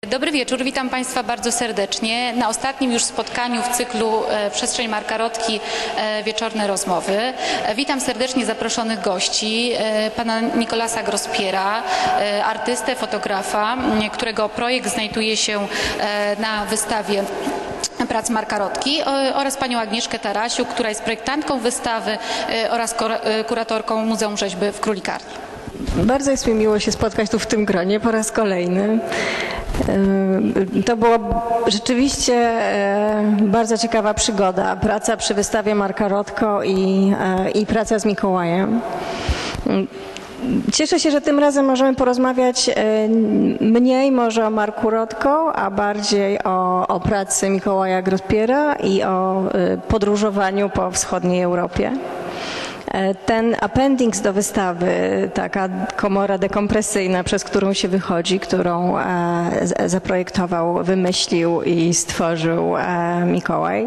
Dobry wieczór, witam Państwa bardzo serdecznie na ostatnim już spotkaniu w cyklu Przestrzeń Marka Rotki Wieczorne Rozmowy. Witam serdecznie zaproszonych gości, pana Nicolasa Grospiera, artystę, fotografa, którego projekt znajduje się na wystawie prac Marka Rotki, oraz panią Agnieszkę Tarasiuk, która jest projektantką wystawy oraz kuratorką Muzeum Rzeźby w Królikarni. Bardzo jest mi miło się spotkać tu w tym gronie po raz kolejny. To była rzeczywiście bardzo ciekawa przygoda. Praca przy wystawie Marka Rotko i praca z Mikołajem. Cieszę się, że tym razem możemy porozmawiać mniej może o Marku Rotko, a bardziej o pracy Mikołaja Grospiera i o podróżowaniu po wschodniej Europie. Ten appendix do wystawy, taka komora dekompresyjna, przez którą się wychodzi, którą zaprojektował, wymyślił i stworzył Mikołaj,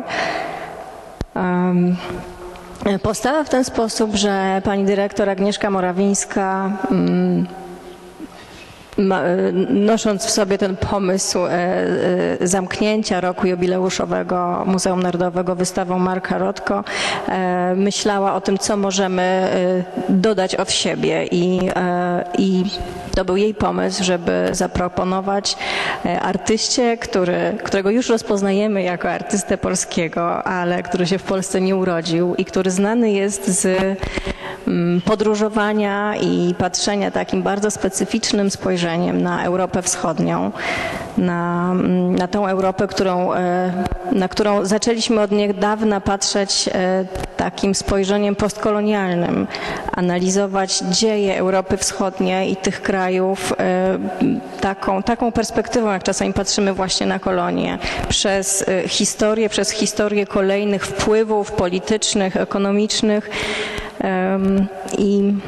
powstała w ten sposób, że pani dyrektor Agnieszka Morawińska, nosząc w sobie ten pomysł zamknięcia roku jubileuszowego Muzeum Narodowego wystawą Marka Rotko, myślała o tym, co możemy dodać od siebie i to był jej pomysł, żeby zaproponować artyście, którego już rozpoznajemy jako artystę polskiego, ale który się w Polsce nie urodził i który znany jest z podróżowania i patrzenia takim bardzo specyficznym spojrzeniem na Europę Wschodnią, na tą Europę, na którą zaczęliśmy od niedawna patrzeć takim spojrzeniem postkolonialnym, analizować dzieje Europy Wschodniej i tych krajów taką perspektywą, jak czasami patrzymy właśnie na kolonie, przez historię kolejnych wpływów politycznych, ekonomicznych. I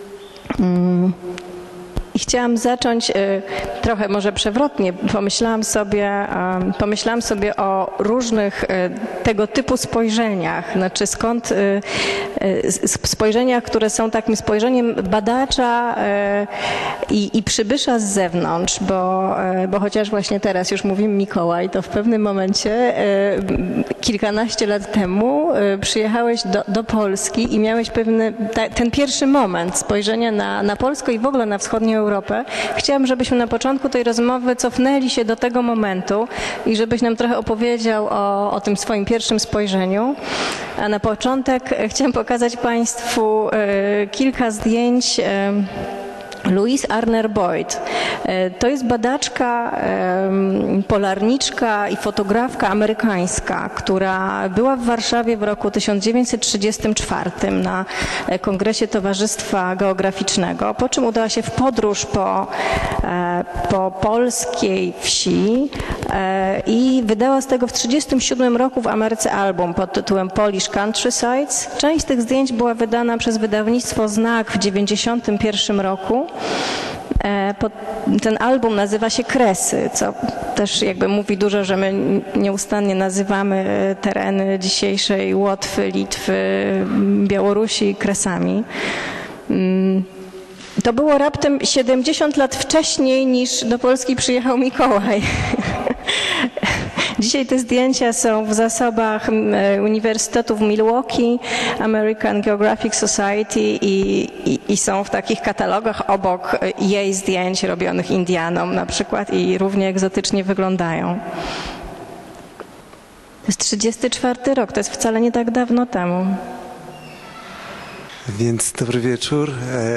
chciałam zacząć trochę może przewrotnie. Pomyślałam sobie o różnych tego typu spojrzeniach, znaczy spojrzeniach, które są takim spojrzeniem badacza i przybysza z zewnątrz, bo chociaż właśnie teraz już mówimy Mikołaj, to w pewnym momencie kilkanaście lat temu przyjechałeś do Polski i miałeś ten pierwszy moment spojrzenia na Polskę i w ogóle na wschodnią Europę. Chciałam, żebyśmy na początku tej rozmowy cofnęli się do tego momentu i żebyś nam trochę opowiedział o tym swoim pierwszym spojrzeniu. A na początek chciałam pokazać Państwu kilka zdjęć Louise Arner Boyd. To jest badaczka, polarniczka i fotografka amerykańska, która była w Warszawie w roku 1934 na Kongresie Towarzystwa Geograficznego, po czym udała się w podróż po polskiej wsi i wydała z tego w 1937 roku w Ameryce album pod tytułem Polish Countrysides. Część z tych zdjęć była wydana przez wydawnictwo Znak w 1991 roku. Ten album nazywa się Kresy, co też jakby mówi dużo, że my nieustannie nazywamy tereny dzisiejszej Łotwy, Litwy, Białorusi kresami. To było raptem 70 lat wcześniej niż do Polski przyjechał Mikołaj. Dzisiaj te zdjęcia są w zasobach Uniwersytetu w Milwaukee, American Geographic Society i są w takich katalogach obok jej zdjęć robionych Indianom na przykład i równie egzotycznie wyglądają. To jest 1934 rok, to jest wcale nie tak dawno temu. Więc dobry wieczór.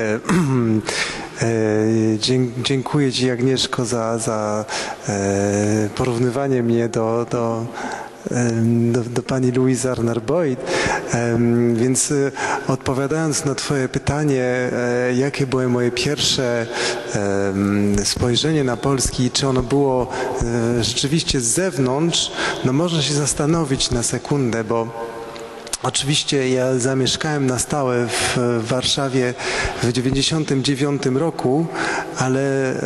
Dziękuję Ci, Agnieszko, za porównywanie mnie do pani Louise Arner Boyd. Więc odpowiadając na Twoje pytanie, jakie były moje pierwsze spojrzenie na Polski, czy ono było rzeczywiście z zewnątrz, no można się zastanowić na sekundę, bo oczywiście ja zamieszkałem na stałe w Warszawie w 1999 roku, ale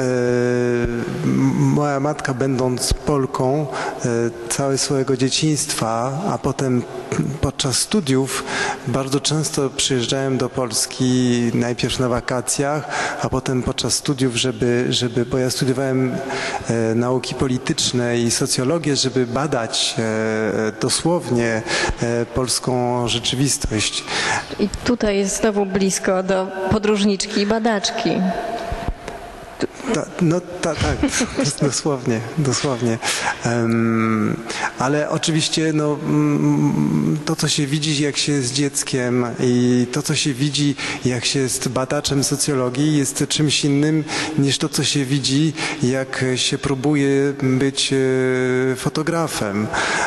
moja matka, będąc Polką całe swojego dzieciństwa, a potem podczas studiów bardzo często przyjeżdżałem do Polski najpierw na wakacjach, a potem podczas studiów, bo ja studiowałem nauki polityczne i socjologię, żeby badać dosłownie polską rzeczywistość. I tutaj jest znowu blisko do podróżniczki i badaczki. Tak, dosłownie. Ale oczywiście to, co się widzi, jak się jest dzieckiem i to, co się widzi, jak się jest badaczem socjologii, jest czymś innym niż to, co się widzi, jak się próbuje być fotografem.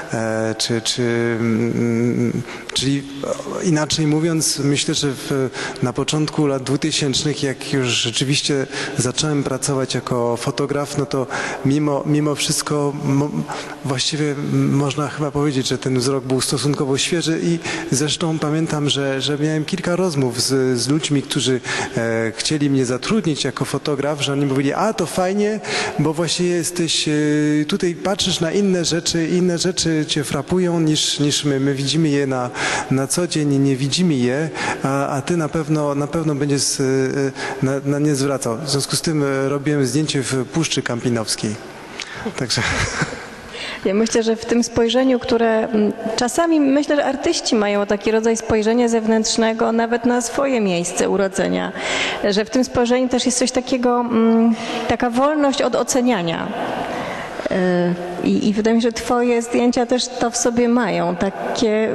Czyli inaczej mówiąc, myślę, że na początku lat 2000, jak już rzeczywiście zacząłem pracować jako fotograf, no to mimo wszystko właściwie można chyba powiedzieć, że ten wzrok był stosunkowo świeży i zresztą pamiętam, że miałem kilka rozmów z ludźmi, którzy chcieli mnie zatrudnić jako fotograf, że oni mówili, a to fajnie, bo właśnie jesteś, tutaj patrzysz na inne rzeczy cię frapują niż my widzimy je na co dzień, nie widzimy je, a ty na pewno będziesz na nie zwracał. W związku z tym robiłem zdjęcie w Puszczy Kampinowskiej. Także... Ja myślę, że w tym spojrzeniu, które czasami myślę, że artyści mają taki rodzaj spojrzenia zewnętrznego nawet na swoje miejsce urodzenia, że w tym spojrzeniu też jest coś takiego, taka wolność od oceniania. I wydaje mi się, że twoje zdjęcia też to w sobie mają, takie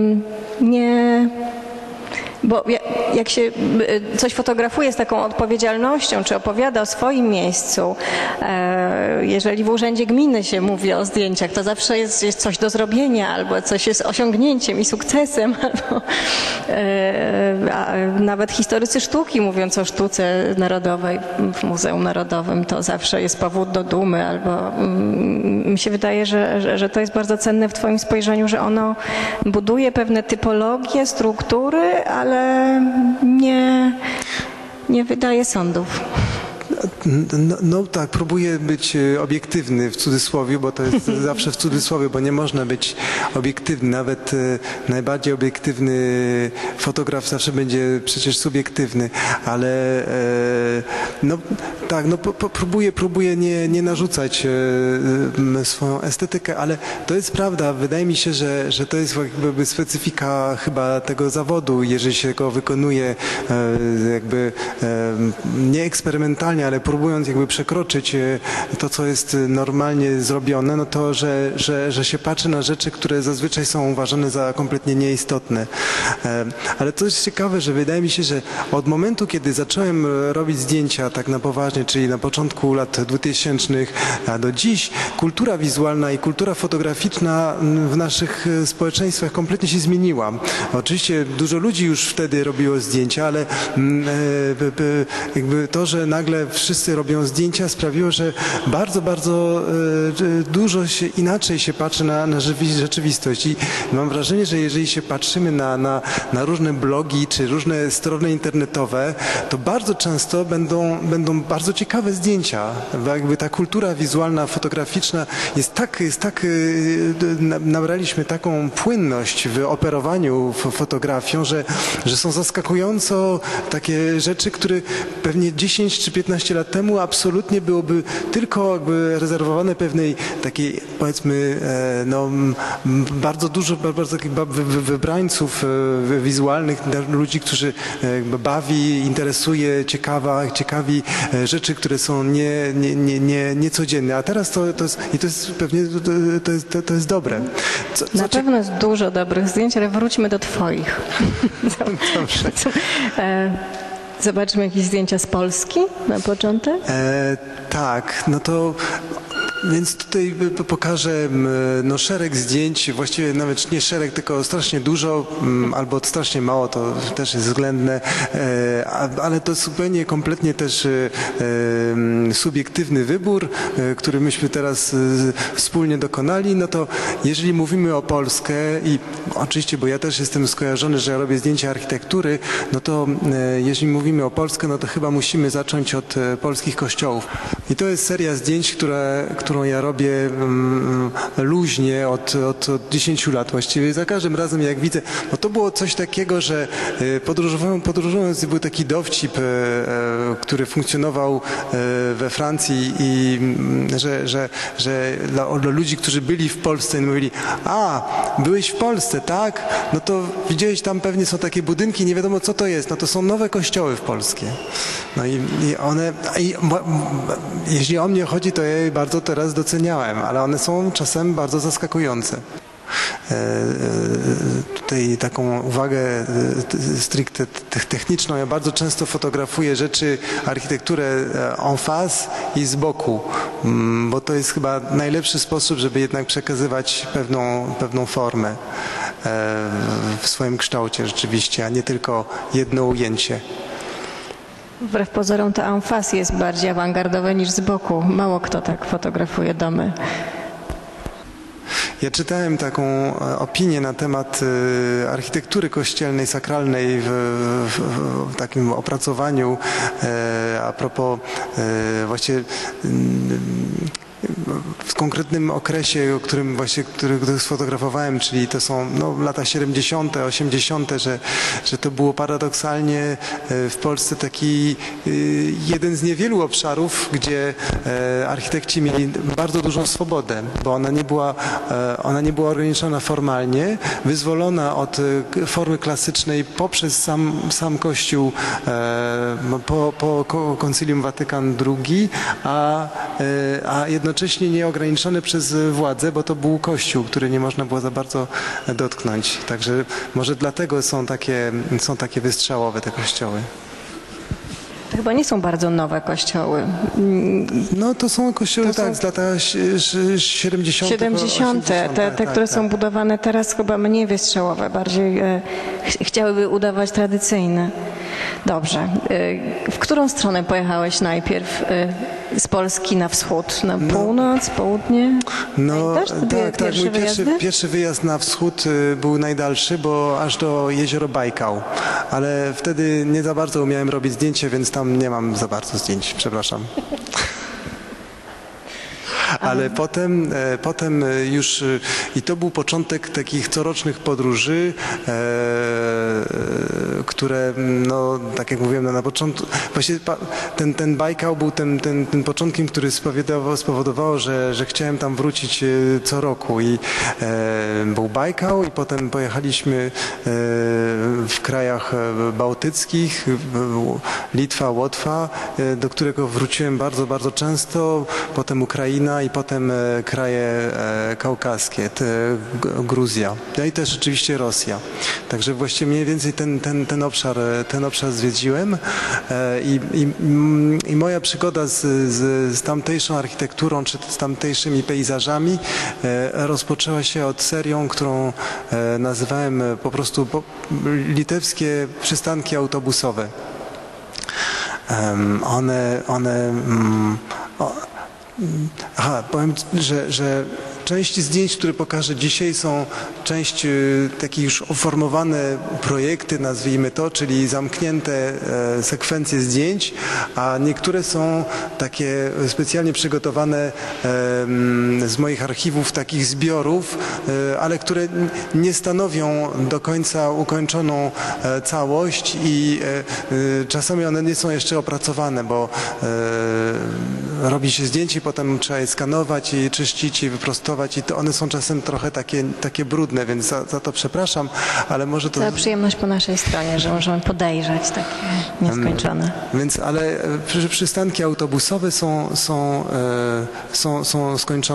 bo jak się coś fotografuje z taką odpowiedzialnością, czy opowiada o swoim miejscu, jeżeli w urzędzie gminy się mówi o zdjęciach, to zawsze jest coś do zrobienia, albo coś jest osiągnięciem i sukcesem, albo nawet historycy sztuki, mówiąc o sztuce narodowej w Muzeum Narodowym, to zawsze jest powód do dumy, albo mi się wydaje, że to jest bardzo cenne w twoim spojrzeniu, że ono buduje pewne typologie, struktury, ale nie wydaje sądów. No tak, próbuję być obiektywny w cudzysłowie, bo to jest zawsze w cudzysłowie, bo nie można być obiektywny. Nawet najbardziej obiektywny fotograf zawsze będzie przecież subiektywny, ale próbuję nie narzucać swoją estetykę, ale to jest prawda. Wydaje mi się, że to jest jakby specyfika chyba tego zawodu, jeżeli się go wykonuje jakby nie eksperymentalnie, ale próbując jakby przekroczyć to, co jest normalnie zrobione, no to, że się patrzy na rzeczy, które zazwyczaj są uważane za kompletnie nieistotne. Ale to jest ciekawe, że wydaje mi się, że od momentu, kiedy zacząłem robić zdjęcia tak na poważnie, czyli na początku lat 2000, a do dziś, kultura wizualna i kultura fotograficzna w naszych społeczeństwach kompletnie się zmieniła. Oczywiście dużo ludzi już wtedy robiło zdjęcia, ale jakby to, że nagle wszyscy robią zdjęcia, sprawiło, że bardzo dużo inaczej się patrzy na rzeczywistość. I mam wrażenie, że jeżeli się patrzymy na różne blogi czy różne strony internetowe, to bardzo często będą bardzo ciekawe zdjęcia. Jakby ta kultura wizualna, fotograficzna nabraliśmy taką płynność w operowaniu fotografią, że są zaskakująco takie rzeczy, które pewnie 10 czy 15 lat temu absolutnie byłoby tylko jakby rezerwowane pewnej takiej, powiedzmy, bardzo dużo takich wybrańców wizualnych, ludzi, którzy bawi, interesuje, ciekawi rzeczy, które są niecodzienne. A teraz to jest pewnie to jest dobre. Na pewno jest dużo dobrych zdjęć, ale wróćmy do twoich. Dobrze. Zobaczmy jakieś zdjęcia z Polski na początek. Tak, no to więc tutaj pokażę szereg zdjęć, właściwie nawet nie szereg, tylko strasznie dużo, albo strasznie mało, to też jest względne, ale to zupełnie kompletnie też subiektywny wybór, który myśmy teraz wspólnie dokonali. No to jeżeli mówimy o Polskę i oczywiście, bo ja też jestem skojarzony, że ja robię zdjęcia architektury, no to jeżeli mówimy o Polskę, no to chyba musimy zacząć od polskich kościołów. I to jest seria zdjęć, które którą ja robię luźnie od 10 lat właściwie. Za każdym razem jak widzę, bo to było coś takiego, że podróżując był taki dowcip, który funkcjonował we Francji i że dla ludzi, którzy byli w Polsce, mówili: a, byłeś w Polsce, tak? No to widziałeś, tam pewnie są takie budynki, nie wiadomo co to jest. No to są nowe kościoły w Polskie. No i one, jeśli o mnie chodzi, to ja je bardzo teraz doceniałem, ale one są czasem bardzo zaskakujące. Tutaj taką uwagę stricte techniczną. Ja bardzo często fotografuję rzeczy, architekturę en face i z boku, bo to jest chyba najlepszy sposób, żeby jednak przekazywać pewną formę w swoim kształcie rzeczywiście, a nie tylko jedno ujęcie. Wbrew pozorom to en face jest bardziej awangardowe niż z boku. Mało kto tak fotografuje domy. Ja czytałem taką opinię na temat architektury kościelnej, sakralnej w takim opracowaniu a propos właśnie w konkretnym okresie, który sfotografowałem, czyli to są lata 70., 80., że to było paradoksalnie w Polsce taki jeden z niewielu obszarów, gdzie architekci mieli bardzo dużą swobodę, bo ona nie była ograniczona formalnie, wyzwolona od formy klasycznej poprzez sam Kościół po Koncylium Watykan II, a jednocześnie nieograniczone przez władzę, bo to był Kościół, który nie można było za bardzo dotknąć. Także może dlatego są takie wystrzałowe te kościoły. To chyba nie są bardzo nowe kościoły. No to są kościoły z lat 70. 70. Te, które są budowane teraz, chyba mniej wystrzałowe, bardziej chciałyby udawać tradycyjne. Dobrze. W którą stronę pojechałeś najpierw? Z Polski na wschód, na północ, południe? No tak, mój wyjazdy? pierwszy wyjazd na wschód był najdalszy, bo aż do jeziora Bajkał, ale wtedy nie za bardzo umiałem robić zdjęcia, więc tam nie mam za bardzo zdjęć, przepraszam. Ale potem już, i to był początek takich corocznych podróży, które, tak jak mówiłem na początku, właśnie ten Bajkał był tym początkiem, który spowodowało, że chciałem tam wrócić co roku. I był Bajkał i potem pojechaliśmy w krajach bałtyckich, Litwa, Łotwa, do którego wróciłem bardzo, bardzo często, potem Ukraina i potem kraje kaukaskie, Gruzja, no i też oczywiście Rosja. Także właściwie mniej więcej ten obszar zwiedziłem i moja przygoda z tamtejszą architekturą czy z tamtejszymi pejzażami rozpoczęła się od serią, którą nazywałem po prostu litewskie przystanki autobusowe. Powiem, że części zdjęć, które pokażę dzisiaj, są część takie już uformowane projekty, nazwijmy to, czyli zamknięte sekwencje zdjęć, a niektóre są takie specjalnie przygotowane z moich archiwów, takich zbiorów, ale które nie stanowią do końca ukończoną całość i czasami one nie są jeszcze opracowane, bo robi się zdjęcie, potem trzeba je skanować i czyścić i wyprostować i to one są czasem trochę takie brudne, więc za to przepraszam, ale może to... Cała przyjemność po naszej stronie, że możemy podejrzeć takie nieskończone. Więc, ale przystanki autobusowe są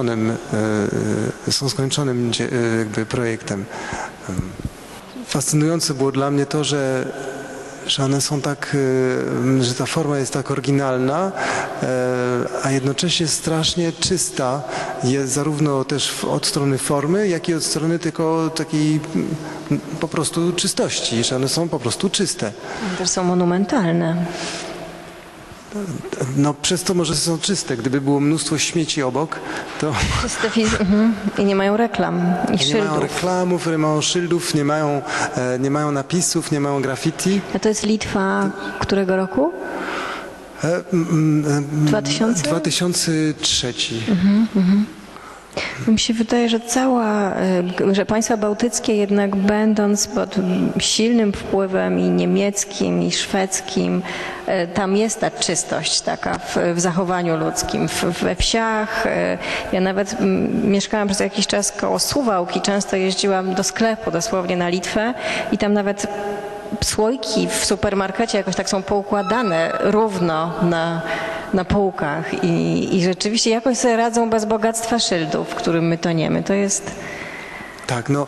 skończonym jakby projektem. Fascynujące było dla mnie to, że one są tak, że ta forma jest tak oryginalna, a jednocześnie strasznie czysta, jest zarówno też od strony formy, jak i od strony tylko takiej po prostu czystości, że one są po prostu czyste. One też są monumentalne. No przez to może są czyste. Gdyby było mnóstwo śmieci obok, to... Czyste i nie mają reklam i szyldów. Nie mają reklamów, nie mają szyldów, nie mają napisów, nie mają graffiti. A to jest Litwa którego roku? 2000? 2003. Mi się wydaje, że państwa bałtyckie jednak będąc pod silnym wpływem i niemieckim, i szwedzkim, tam jest ta czystość taka w zachowaniu ludzkim. We wsiach, ja nawet mieszkałam przez jakiś czas koło Suwałk i często jeździłam do sklepu dosłownie na Litwę i tam nawet słoiki w supermarkecie jakoś tak są poukładane równo na półkach i rzeczywiście jakoś sobie radzą bez bogactwa szyldów, którym my toniemy. To jest... Tak, no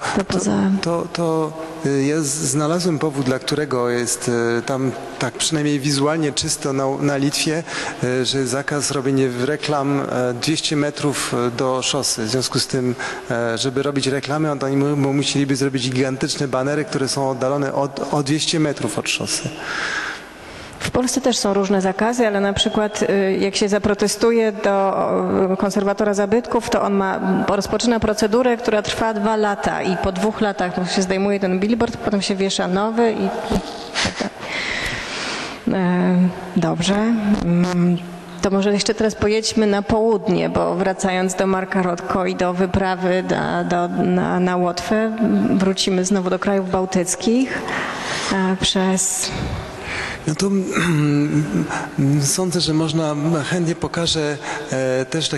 ja znalazłem powód, dla którego jest tam tak przynajmniej wizualnie czysto na Litwie, że zakaz robienia reklam 200 metrów do szosy. W związku z tym, żeby robić reklamy, oni musieliby zrobić gigantyczne banery, które są oddalone o 200 metrów od szosy. W Polsce też są różne zakazy, ale na przykład jak się zaprotestuje do konserwatora zabytków, to on rozpoczyna procedurę, która trwa 2 lata i po 2 latach się zdejmuje ten billboard, potem się wiesza nowy i tak. Dobrze. To może jeszcze teraz pojedźmy na południe, bo wracając do Markarotko i do wyprawy na Łotwę, wrócimy znowu do krajów bałtyckich przez... No to sądzę, że można, chętnie pokażę też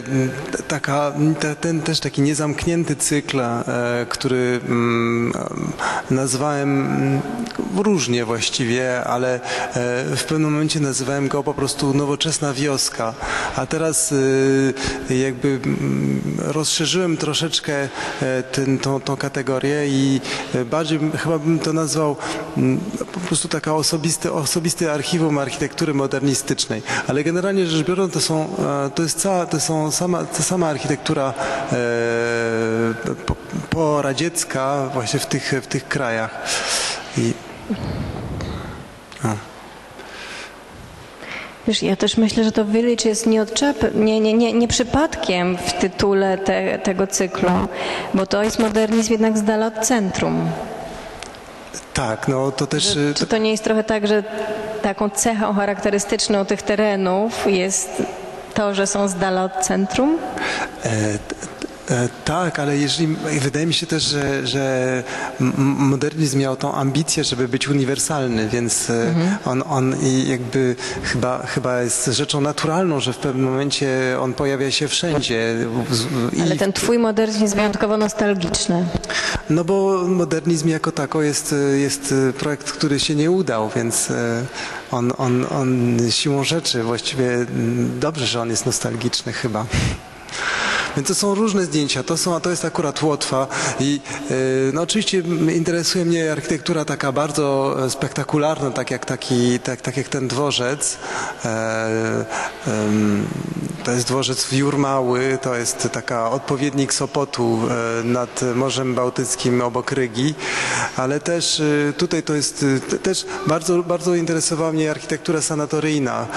też taki niezamknięty cykl, który nazwałem różnie właściwie, ale w pewnym momencie nazywałem go po prostu Nowoczesna Wioska, a teraz jakby rozszerzyłem troszeczkę tą kategorię i bardziej chyba bym to nazwał po prostu taka osobiste archiwum architektury modernistycznej, ale generalnie rzecz biorąc to są sama architektura poradziecka właśnie w tych krajach. Wiesz, ja też myślę, że to Village jest nie przypadkiem w tytule tego cyklu, bo to jest modernizm jednak z dala od centrum. Tak, no to też... Czy to nie jest trochę tak, że taką cechą charakterystyczną tych terenów jest to, że są z dala od centrum? Tak, ale wydaje mi się też, że modernizm miał tą ambicję, żeby być uniwersalny, więc on jakby chyba jest rzeczą naturalną, że w pewnym momencie on pojawia się wszędzie. Ale ten twój modernizm jest wyjątkowo nostalgiczny. No bo modernizm jako tako jest projekt, który się nie udał, więc on siłą rzeczy właściwie dobrze, że on jest nostalgiczny chyba. Więc to są różne zdjęcia, to jest akurat Łotwa i no oczywiście interesuje mnie architektura taka bardzo spektakularna, tak jak ten dworzec. To jest dworzec Wiór Mały, to jest taka odpowiednik Sopotu nad Morzem Bałtyckim obok Rygi, ale też tutaj to jest też bardzo interesowała mnie architektura sanatoryjna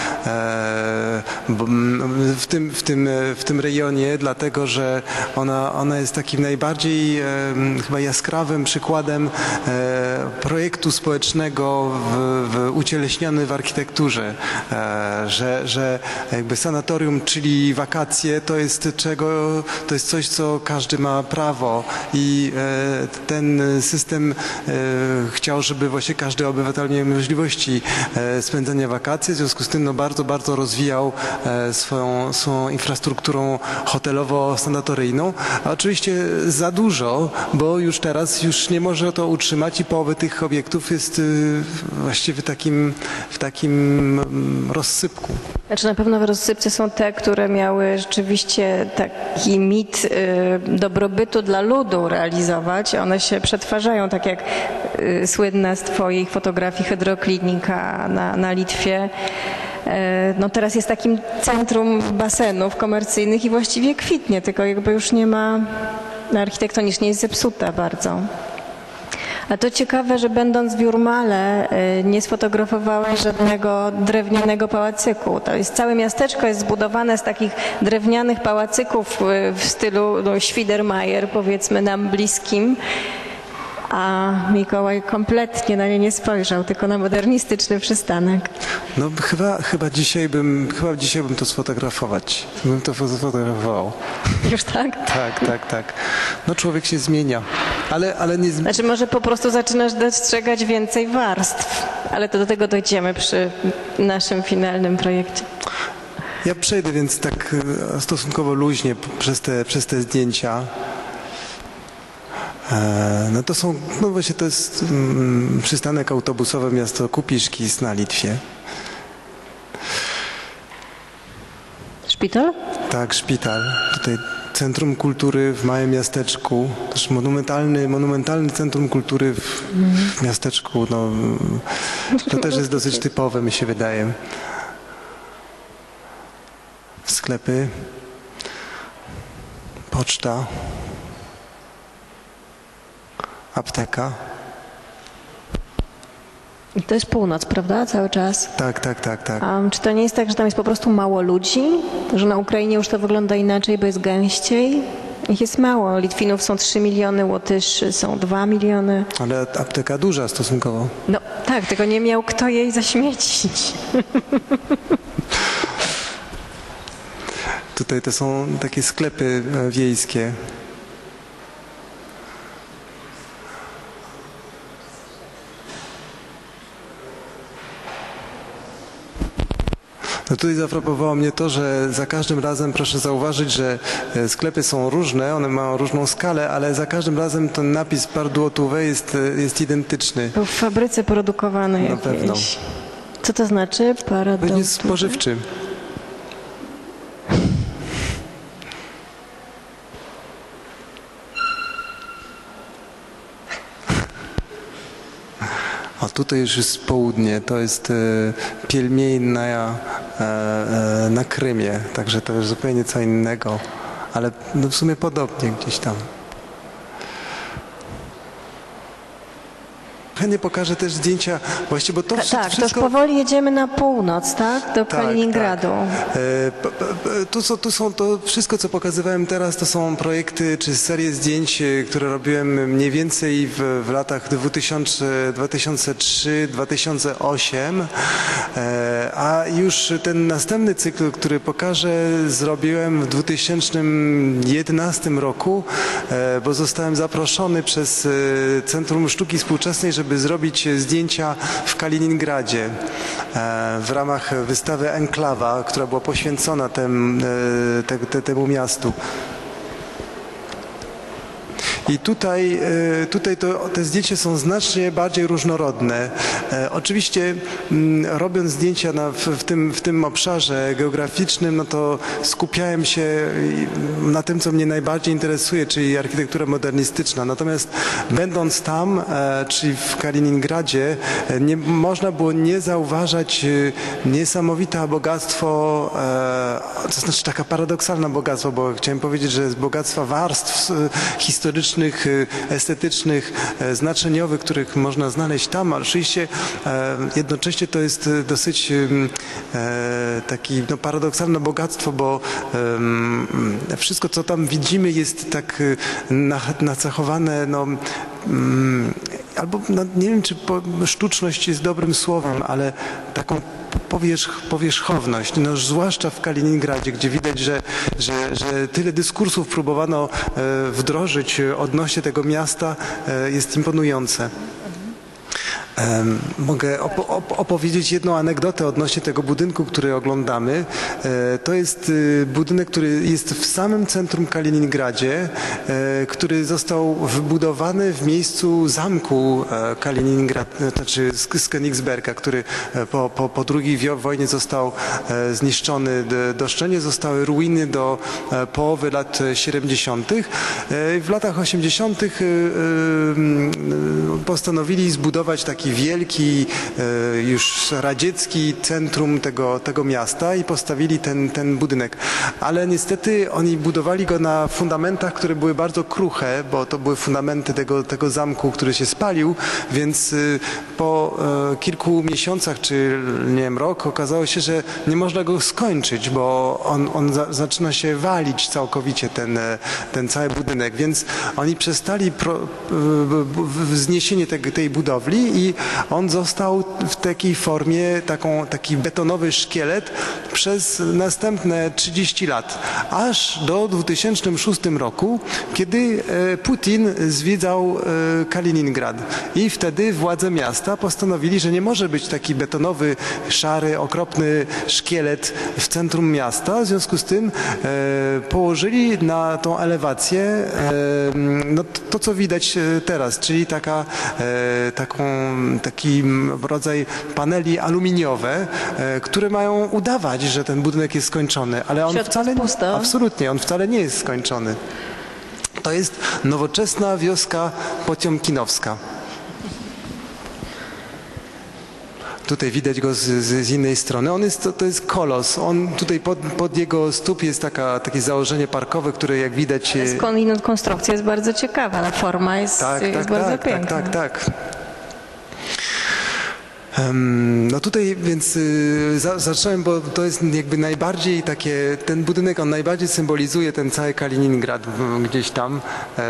w tym rejonie, dlatego że ona jest takim najbardziej chyba jaskrawym przykładem projektu społecznego ucieleśniony w architekturze, że jakby sanatorium, czyli wakacje, to jest coś, co każdy ma prawo i ten system chciał, żeby właśnie każdy obywatel miał możliwości spędzania wakacji, w związku z tym bardzo rozwijał swoją infrastrukturą hotelowo-sanatoryjną, a oczywiście za dużo, bo już teraz nie może to utrzymać i połowę tych obiektów jest właściwie w takim rozsypku. Znaczy na pewno w rozsypce są te, które miały rzeczywiście taki mit dobrobytu dla ludu realizować. One się przetwarzają, tak jak słynna z twoich fotografii hydroklinika na Litwie. No teraz jest takim centrum basenów komercyjnych i właściwie kwitnie, tylko jakby już nie ma, architektonicznie jest zepsuta bardzo. A to ciekawe, że będąc w Jurmale nie sfotografowałeś żadnego drewnianego pałacyku. To jest całe miasteczko jest zbudowane z takich drewnianych pałacyków w stylu Schwiedermajer, powiedzmy nam bliskim. a Mikołaj kompletnie na nie nie spojrzał, tylko na modernistyczny przystanek. No chyba dzisiaj bym to sfotografować. Bym to sfotografował. Już tak? Tak. No człowiek się zmienia, ale nie zmienia. Znaczy może po prostu zaczynasz dostrzegać więcej warstw, ale to do tego dojdziemy przy naszym finalnym projekcie. Ja przejdę więc tak stosunkowo luźnie przez te zdjęcia. No to są, no właśnie to jest przystanek autobusowy miasto Kupiszkis na Litwie. Szpital? Tak, szpital. Tutaj Centrum Kultury w małym miasteczku. Też monumentalny Centrum Kultury w miasteczku. No, to też jest dosyć typowe, mi się wydaje. Sklepy, poczta, apteka. I to jest północ, prawda? Cały czas. Tak. Czy to nie jest tak, że tam jest po prostu mało ludzi? Że na Ukrainie już to wygląda inaczej, bo jest gęściej? Ich jest mało. Litwinów są 3 miliony, Łotyszy są 2 miliony. Ale apteka duża stosunkowo. No tak, tylko nie miał kto jej zaśmiecić. Tutaj to są takie sklepy wiejskie. No tutaj zafrapowało mnie to, że za każdym razem, proszę zauważyć, że sklepy są różne, one mają różną skalę, ale za każdym razem ten napis Parduotuvę jest identyczny. Był w fabryce produkowany Na jakiejś. pewno. Co to znaczy? To jest spożywczy. A tutaj już jest południe, to jest Pielmień na Krymie, także to jest zupełnie co innego, ale no w sumie podobnie gdzieś tam. Chętnie pokażę też zdjęcia, właściwie, bo to Tak, to już wszystko... powoli jedziemy na północ, tak? Do Kaliningradu. To wszystko, co pokazywałem teraz, to są projekty czy serie zdjęć, które robiłem mniej więcej w latach 2003-2008, a już ten następny cykl, który pokażę, zrobiłem w 2011 roku, bo zostałem zaproszony przez Centrum Sztuki Współczesnej, żeby zrobić zdjęcia w Kaliningradzie w ramach wystawy Enklawa, która była poświęcona temu miastu. I tutaj te zdjęcia są znacznie bardziej różnorodne. Oczywiście robiąc zdjęcia w tym obszarze geograficznym, no to skupiałem się na tym, co mnie najbardziej interesuje, czyli architektura modernistyczna. Natomiast będąc tam, czyli w Kaliningradzie, nie można było nie zauważać niesamowite bogactwo, to znaczy taka paradoksalna bogactwo, bo chciałem powiedzieć, że jest bogactwa warstw historycznych, estetycznych, znaczeniowych, których można znaleźć tam, ale oczywiście jednocześnie to jest dosyć taki paradoksalne bogactwo, bo wszystko, co tam widzimy, jest tak nacechowane, albo nie wiem, czy sztuczność jest dobrym słowem, ale taką powierzchowność, zwłaszcza w Kaliningradzie, gdzie widać, że tyle dyskursów próbowano wdrożyć odnośnie tego miasta, jest imponujące. Mogę opowiedzieć jedną anegdotę odnośnie tego budynku, który oglądamy. To jest budynek, który jest w samym centrum Kaliningradzie, który został wybudowany w miejscu zamku Kaliningrad, znaczy z Königsberga, który po II wojnie został zniszczony. Doszczętnie zostały ruiny do połowy lat 70. W latach 80. postanowili zbudować taki taki wielki, już radziecki centrum tego miasta i postawili ten budynek. Ale niestety oni budowali go na fundamentach, które były bardzo kruche, bo to były fundamenty tego zamku, który się spalił, więc po kilku miesiącach, czy nie wiem, rok, okazało się, że nie można go skończyć, bo on zaczyna się walić całkowicie, ten cały budynek, więc oni przestali wzniesienie tej budowli i on został w takiej formie, taki betonowy szkielet przez następne 30 lat, aż do 2006 roku, kiedy Putin zwiedzał Kaliningrad i wtedy władze miasta postanowili, że nie może być taki betonowy, szary, okropny szkielet w centrum miasta, w związku z tym położyli na tą elewację no, to, co widać teraz, czyli taki rodzaj paneli aluminiowe, które mają udawać, że ten budynek jest skończony, ale on wcale, absolutnie, on wcale nie jest skończony. To jest nowoczesna wioska pociomkinowska. Tutaj widać go z innej strony. To jest kolos. On tutaj pod jego stóp jest takie założenie parkowe, które jak widać... Skądinąd konstrukcja jest bardzo ciekawa, ale forma jest bardzo piękna. Tak. No tutaj więc zacząłem, bo to jest jakby najbardziej ten budynek, on najbardziej symbolizuje ten cały Kaliningrad gdzieś tam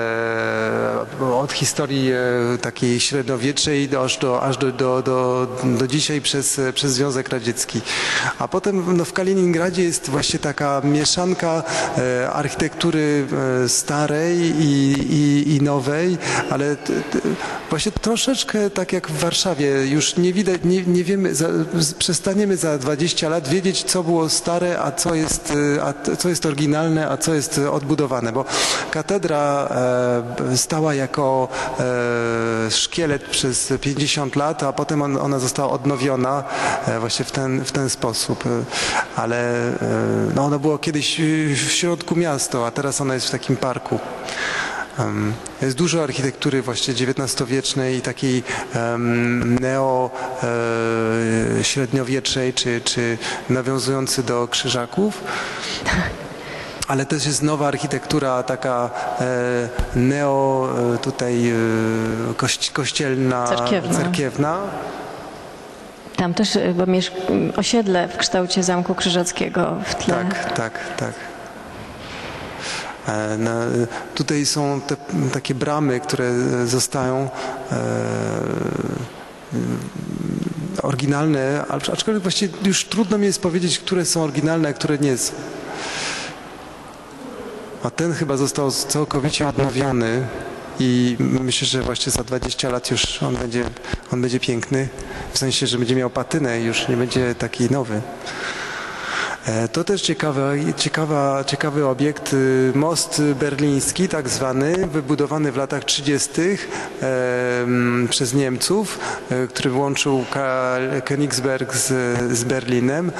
od historii takiej średniowiecznej aż do dzisiaj przez Związek Radziecki. A potem no, w Kaliningradzie jest właśnie taka mieszanka architektury starej i nowej, ale właśnie troszeczkę tak jak w Warszawie, już nie widać, nie wiemy, przestaniemy za 20 lat wiedzieć, co było stare, a co jest oryginalne, a co jest odbudowane, bo katedra stała jako szkielet przez 50 lat, a potem ona została odnowiona właśnie w ten sposób, ale no, ona była kiedyś w środku miasta, a teraz ona jest w takim parku. Jest dużo architektury właśnie XIX-wiecznej i takiej neo-średniowiecznej, czy nawiązującej do Krzyżaków. Ale też jest nowa architektura taka tutaj kościelna, cerkiewna. Tam też chyba osiedle w kształcie Zamku Krzyżackiego w tle. Tak. Tutaj są takie bramy, które zostają oryginalne, aczkolwiek właściwie już trudno mi jest powiedzieć, które są oryginalne, a które nie są. A ten chyba został całkowicie odnowiony i myślę, że właśnie za 20 lat już on będzie piękny, w sensie, że będzie miał patynę i już nie będzie taki nowy. To też ciekawy obiekt, most berliński tak zwany, wybudowany w latach 30. Przez Niemców, który łączył Königsberg z Berlinem.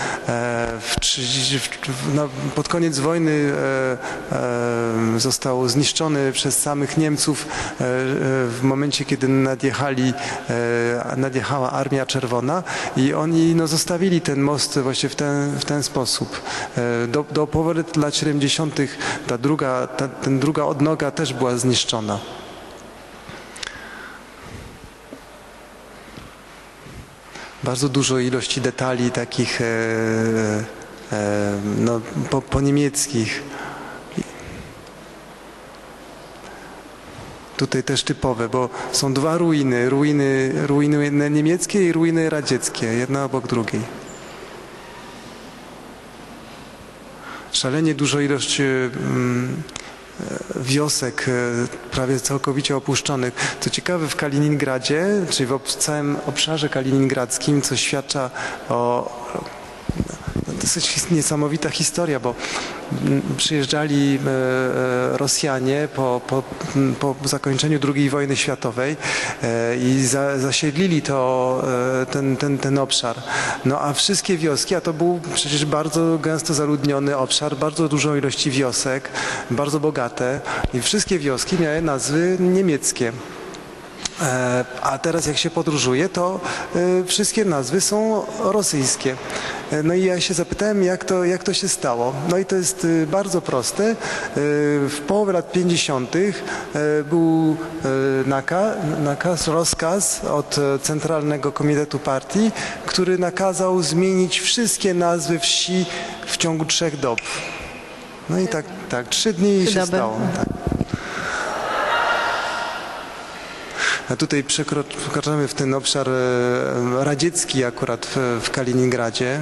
Pod koniec wojny został zniszczony przez samych Niemców w momencie, kiedy nadjechała Armia Czerwona i oni zostawili ten most właśnie w ten sposób. Do połowy lat 70. ta druga odnoga też była zniszczona. Bardzo dużo ilości detali takich po niemieckich. Tutaj też typowe, bo są dwa ruiny niemieckie i ruiny radzieckie, jedna obok drugiej. Szalenie dużo ilość wiosek prawie całkowicie opuszczonych. Co ciekawe, w Kaliningradzie, czyli w całym obszarze kaliningradzkim, co świadcza o dosyć niesamowita historia, bo przyjeżdżali Rosjanie po zakończeniu II wojny światowej i zasiedlili ten obszar. No a wszystkie wioski, a to był przecież bardzo gęsto zaludniony obszar, bardzo dużą ilości wiosek, bardzo bogate i wszystkie wioski miały nazwy niemieckie. A teraz jak się podróżuje, to wszystkie nazwy są rosyjskie. No i ja się zapytałem, jak to się stało. No i to jest bardzo proste. W połowie lat 50. Był rozkaz od Centralnego Komitetu Partii, który nakazał zmienić wszystkie nazwy wsi w ciągu 3 dob. No i tak 3 dni i się stało. Tak. A tutaj przekraczamy w ten obszar radziecki akurat w Kaliningradzie.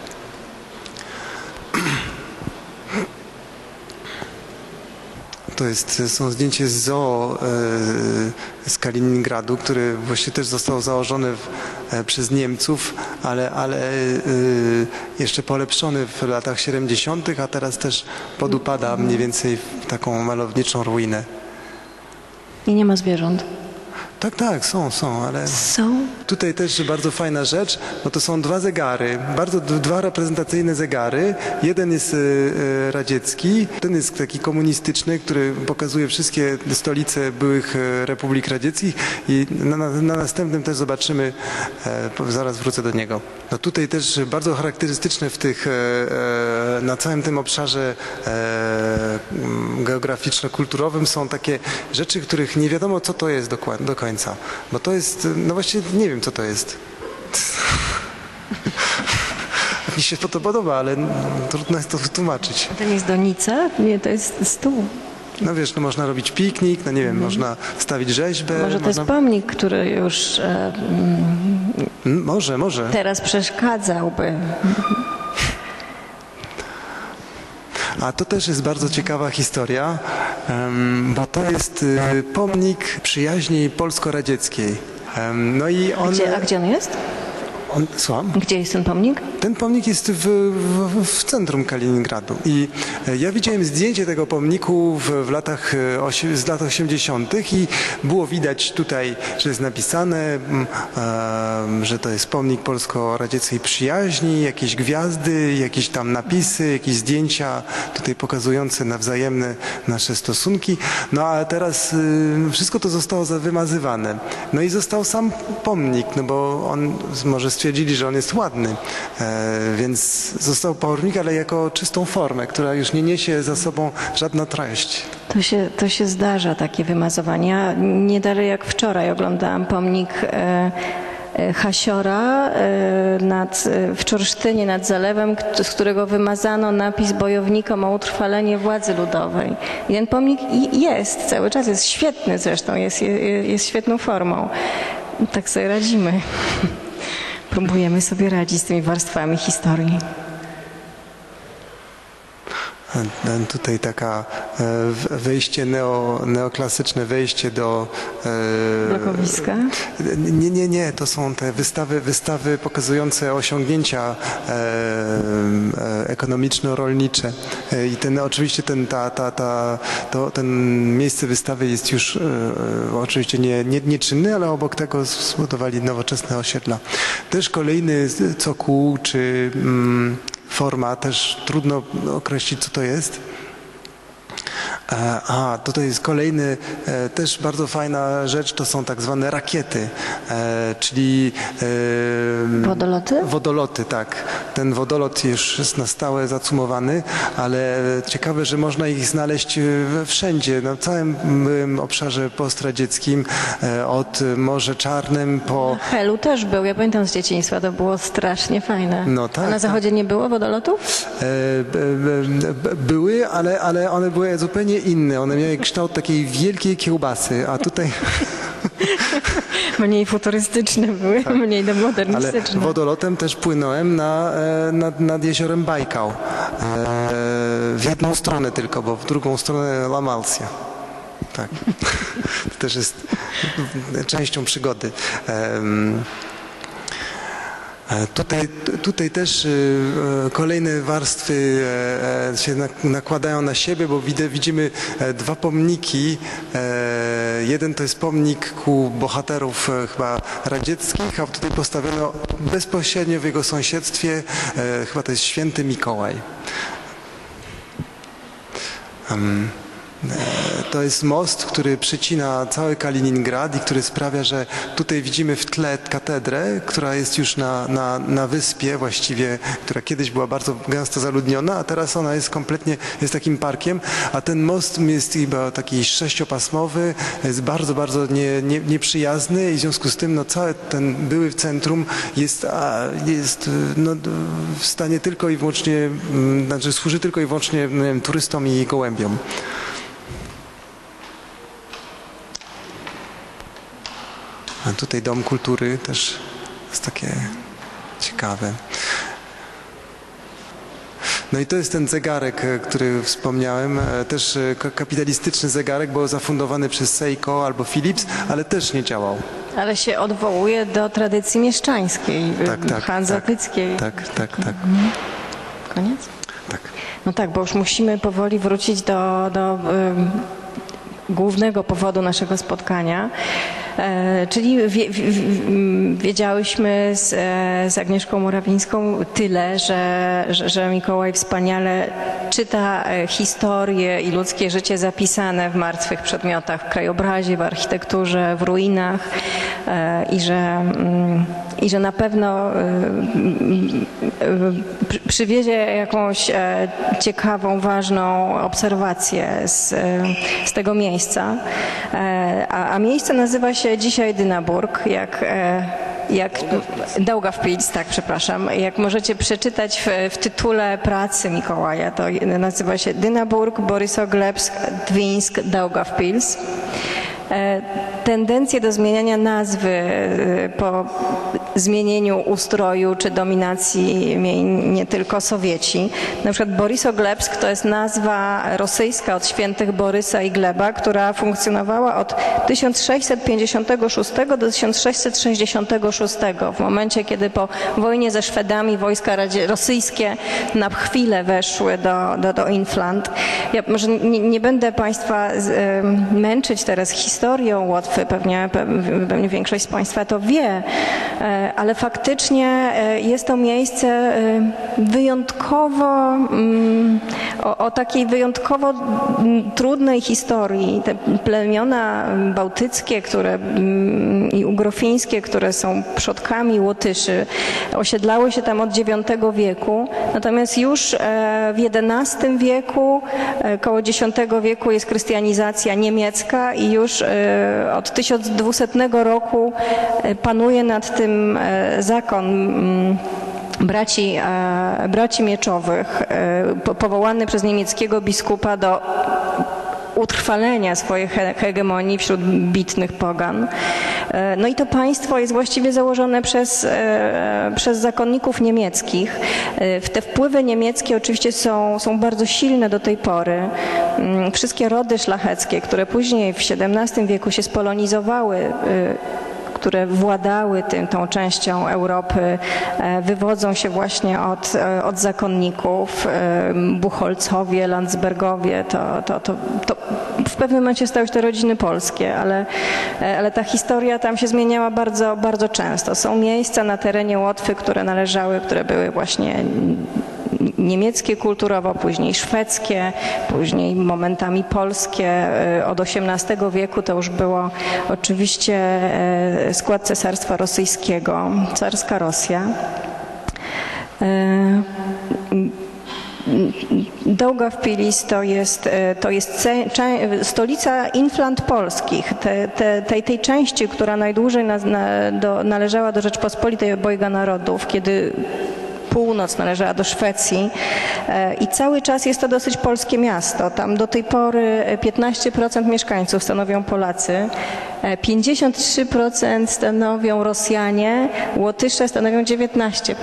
Są zdjęcia z zoo z Kaliningradu, który właśnie też został założony przez Niemców, ale jeszcze polepszony w latach 70., a teraz też podupada mniej więcej w taką malowniczą ruinę. I nie ma zwierząt. Tak, są, ale Są? tutaj też bardzo fajna rzecz, bo to są 2 zegary, dwa reprezentacyjne zegary. Jeden jest radziecki, ten jest taki komunistyczny, który pokazuje wszystkie stolice byłych republik radzieckich i na następnym też zobaczymy, zaraz wrócę do niego. No tutaj też bardzo charakterystyczne na całym tym obszarze geograficzno-kulturowym są takie rzeczy, których nie wiadomo, co to jest do końca. Bo to jest, no właściwie nie wiem, co to jest. Mi się to podoba, ale trudno jest to wytłumaczyć. To nie jest donica? Nie, to jest stół. No wiesz, no można robić piknik, no nie wiem, można stawić rzeźbę. Może to jest pomnik, który już Może. teraz przeszkadzałby. A to też jest bardzo ciekawa historia, bo to jest pomnik przyjaźni polsko-radzieckiej. No i A gdzie on jest? Słucham? Gdzie jest ten pomnik? Ten pomnik jest w centrum Kaliningradu i ja widziałem zdjęcie tego pomniku z lat 80. i było widać tutaj, że jest napisane, że to jest pomnik polsko-radzieckiej przyjaźni, jakieś gwiazdy, jakieś tam napisy, jakieś zdjęcia tutaj pokazujące nawzajemne nasze stosunki. No a teraz wszystko to zostało wymazywane. No i został sam pomnik, no bo on może stwierdzili, że on jest ładny, więc został pomnik, ale jako czystą formę, która już nie niesie za sobą żadną treść. To się zdarza, takie wymazowania. Nie dalej jak wczoraj oglądałam pomnik Hasiora w Czorsztynie nad zalewem, z którego wymazano napis bojownikom o utrwalenie władzy ludowej. I ten pomnik jest, cały czas jest świetny zresztą, jest świetną formą. Tak sobie radzimy. Próbujemy sobie radzić z tymi warstwami historii. Tutaj taka neoklasyczne wejście do... Blokowiska? Nie, to są te wystawy pokazujące osiągnięcia ekonomiczno-rolnicze. I oczywiście ten miejsce wystawy jest już oczywiście nieczynny, ale obok tego zbudowali nowoczesne osiedla. Też kolejny cokół czy forma, też trudno określić, co to jest. Tutaj jest kolejny, też bardzo fajna rzecz, to są tak zwane rakiety, czyli... Wodoloty? Wodoloty, tak. Ten wodolot już jest na stałe zacumowany, ale ciekawe, że można ich znaleźć wszędzie, na całym obszarze postradzieckim, od Morze Czarnym po... Na Helu też był, ja pamiętam z dzieciństwa, to było strasznie fajne. No tak. A na zachodzie nie było wodolotów? Były, ale one były zupełnie inne. One miały kształt takiej wielkiej kiełbasy, a tutaj... Mniej futurystyczne były, tak. Mniej modernistyczne. Ale wodolotem też płynąłem nad jeziorem Bajkał. W jedną stronę tylko, bo w drugą stronę La Malsia. Tak. To też jest częścią przygody. Tutaj też kolejne warstwy się nakładają na siebie, bo widzimy 2 pomniki. Jeden to jest pomnik ku bohaterów chyba radzieckich, a tutaj postawiono bezpośrednio w jego sąsiedztwie, chyba to jest Święty Mikołaj. To jest most, który przecina cały Kaliningrad i który sprawia, że tutaj widzimy w tle katedrę, która jest już na wyspie właściwie, która kiedyś była bardzo gęsto zaludniona, a teraz ona jest kompletnie, jest takim parkiem, a ten most jest chyba taki 6-pasmowy, jest bardzo, bardzo nieprzyjazny i w związku z tym no, cały ten były centrum jest no, w stanie tylko i wyłącznie, znaczy służy tylko i wyłącznie nie wiem, turystom i gołębiom. A tutaj Dom Kultury też jest takie ciekawe. No i to jest ten zegarek, który wspomniałem, też kapitalistyczny zegarek, był zafundowany przez Seiko albo Philips, ale też nie działał. Ale się odwołuje do tradycji mieszczańskiej, hanzeatyckiej. Tak. Koniec? Tak. No tak, bo już musimy powoli wrócić do głównego powodu naszego spotkania. Czyli wiedziałyśmy z Agnieszką Morawińską tyle, że Mikołaj wspaniale czyta historię i ludzkie życie zapisane w martwych przedmiotach, w krajobrazie, w architekturze, w ruinach i że na pewno przywiezie jakąś ciekawą, ważną obserwację z tego miejsca. A miejsce nazywa się dzisiaj Dynaburg, jak Daugavpils, tak, przepraszam. Jak możecie przeczytać w tytule pracy Mikołaja, to nazywa się Dynaburg, Borysoglebsk, Dwińsk, Daugavpils. Tendencje do zmieniania nazwy po zmienieniu ustroju czy dominacji mieli nie tylko Sowieci. Na przykład Borysoglebsk to jest nazwa rosyjska od świętych Borysa i Gleba, która funkcjonowała od 1656 do 1666. W momencie, kiedy po wojnie ze Szwedami wojska rosyjskie na chwilę weszły do Inflant. Ja może nie będę Państwa męczyć teraz historią Łotwy, pewnie większość z Państwa to wie, ale faktycznie jest to miejsce wyjątkowo, o takiej wyjątkowo trudnej historii. Te plemiona bałtyckie i ugrofińskie, które są przodkami Łotyszy, osiedlały się tam od IX wieku, natomiast już w XI wieku, koło X wieku jest chrystianizacja niemiecka i już od 1200 roku panuje nad tym zakon braci mieczowych, powołany przez niemieckiego biskupa do utrwalenia swojej hegemonii wśród bitnych pogan. No i to państwo jest właściwie założone przez zakonników niemieckich. Te wpływy niemieckie oczywiście są bardzo silne do tej pory. Wszystkie rody szlacheckie, które później w XVII wieku się spolonizowały, które władały tą częścią Europy, wywodzą się właśnie od zakonników. Buchholcowie, Landsbergowie, to w pewnym momencie stały się to rodziny polskie, ale ta historia tam się zmieniała bardzo, bardzo często. Są miejsca na terenie Łotwy, które były właśnie niemieckie kulturowo, później szwedzkie, później momentami polskie. Od XVIII wieku to już było oczywiście skład Cesarstwa Rosyjskiego, carska Rosja. Daugavpils to jest stolica Inflant polskich, tej części, która najdłużej należała do Rzeczpospolitej Obojga Narodów, kiedy północ należała do Szwecji i cały czas jest to dosyć polskie miasto. Tam do tej pory 15% mieszkańców stanowią Polacy, 53% stanowią Rosjanie, Łotysze stanowią 19%.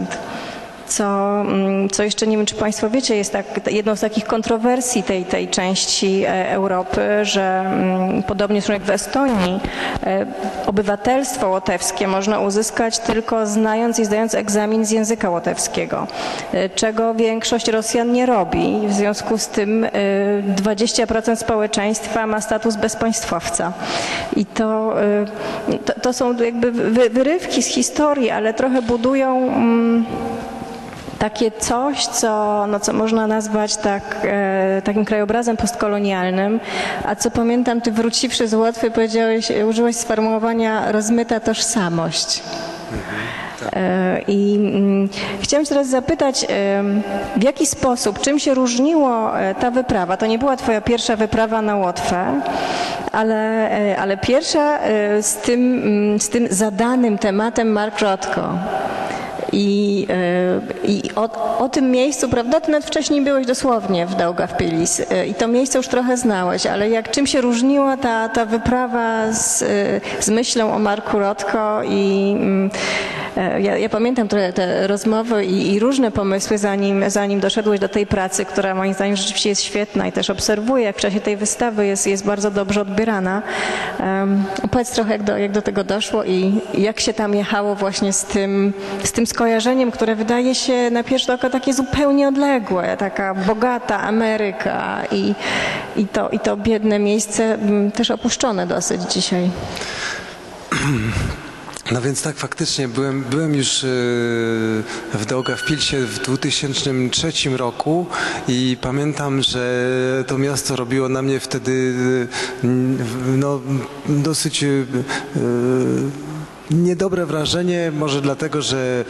Co jeszcze nie wiem, czy Państwo wiecie, jest jedną z takich kontrowersji tej części Europy, że podobnie jak w Estonii, obywatelstwo łotewskie można uzyskać tylko znając i zdając egzamin z języka łotewskiego, czego większość Rosjan nie robi. W związku z tym 20% społeczeństwa ma status bezpaństwowca. I to są jakby wyrywki z historii, ale trochę budują takie coś, co można nazwać takim krajobrazem postkolonialnym, a co pamiętam, ty wróciwszy z Łotwy użyłeś sformułowania rozmyta tożsamość. I chciałam cię teraz zapytać, w jaki sposób, czym się różniło ta wyprawa? To nie była twoja pierwsza wyprawa na Łotwę, ale pierwsza z tym zadanym tematem Mark Rothko. I o tym miejscu, prawda, ty nawet wcześniej byłeś dosłownie w Daugavpilis i to miejsce już trochę znałeś, ale czym się różniła ta wyprawa z myślą o Marku Rothko i ja pamiętam trochę te rozmowy i różne pomysły, zanim doszedłeś do tej pracy, która moim zdaniem rzeczywiście jest świetna i też obserwuję, jak w czasie tej wystawy jest bardzo dobrze odbierana. Opowiedz trochę, jak do tego doszło i jak się tam jechało właśnie z tym skojarzeniem, które wydaje się na pierwsze oko takie zupełnie odległe, taka bogata Ameryka i to biedne miejsce też opuszczone dosyć dzisiaj. No więc tak, faktycznie byłem już w Daugavpilsie w 2003 roku i pamiętam, że to miasto robiło na mnie wtedy dosyć niedobre wrażenie, może dlatego, że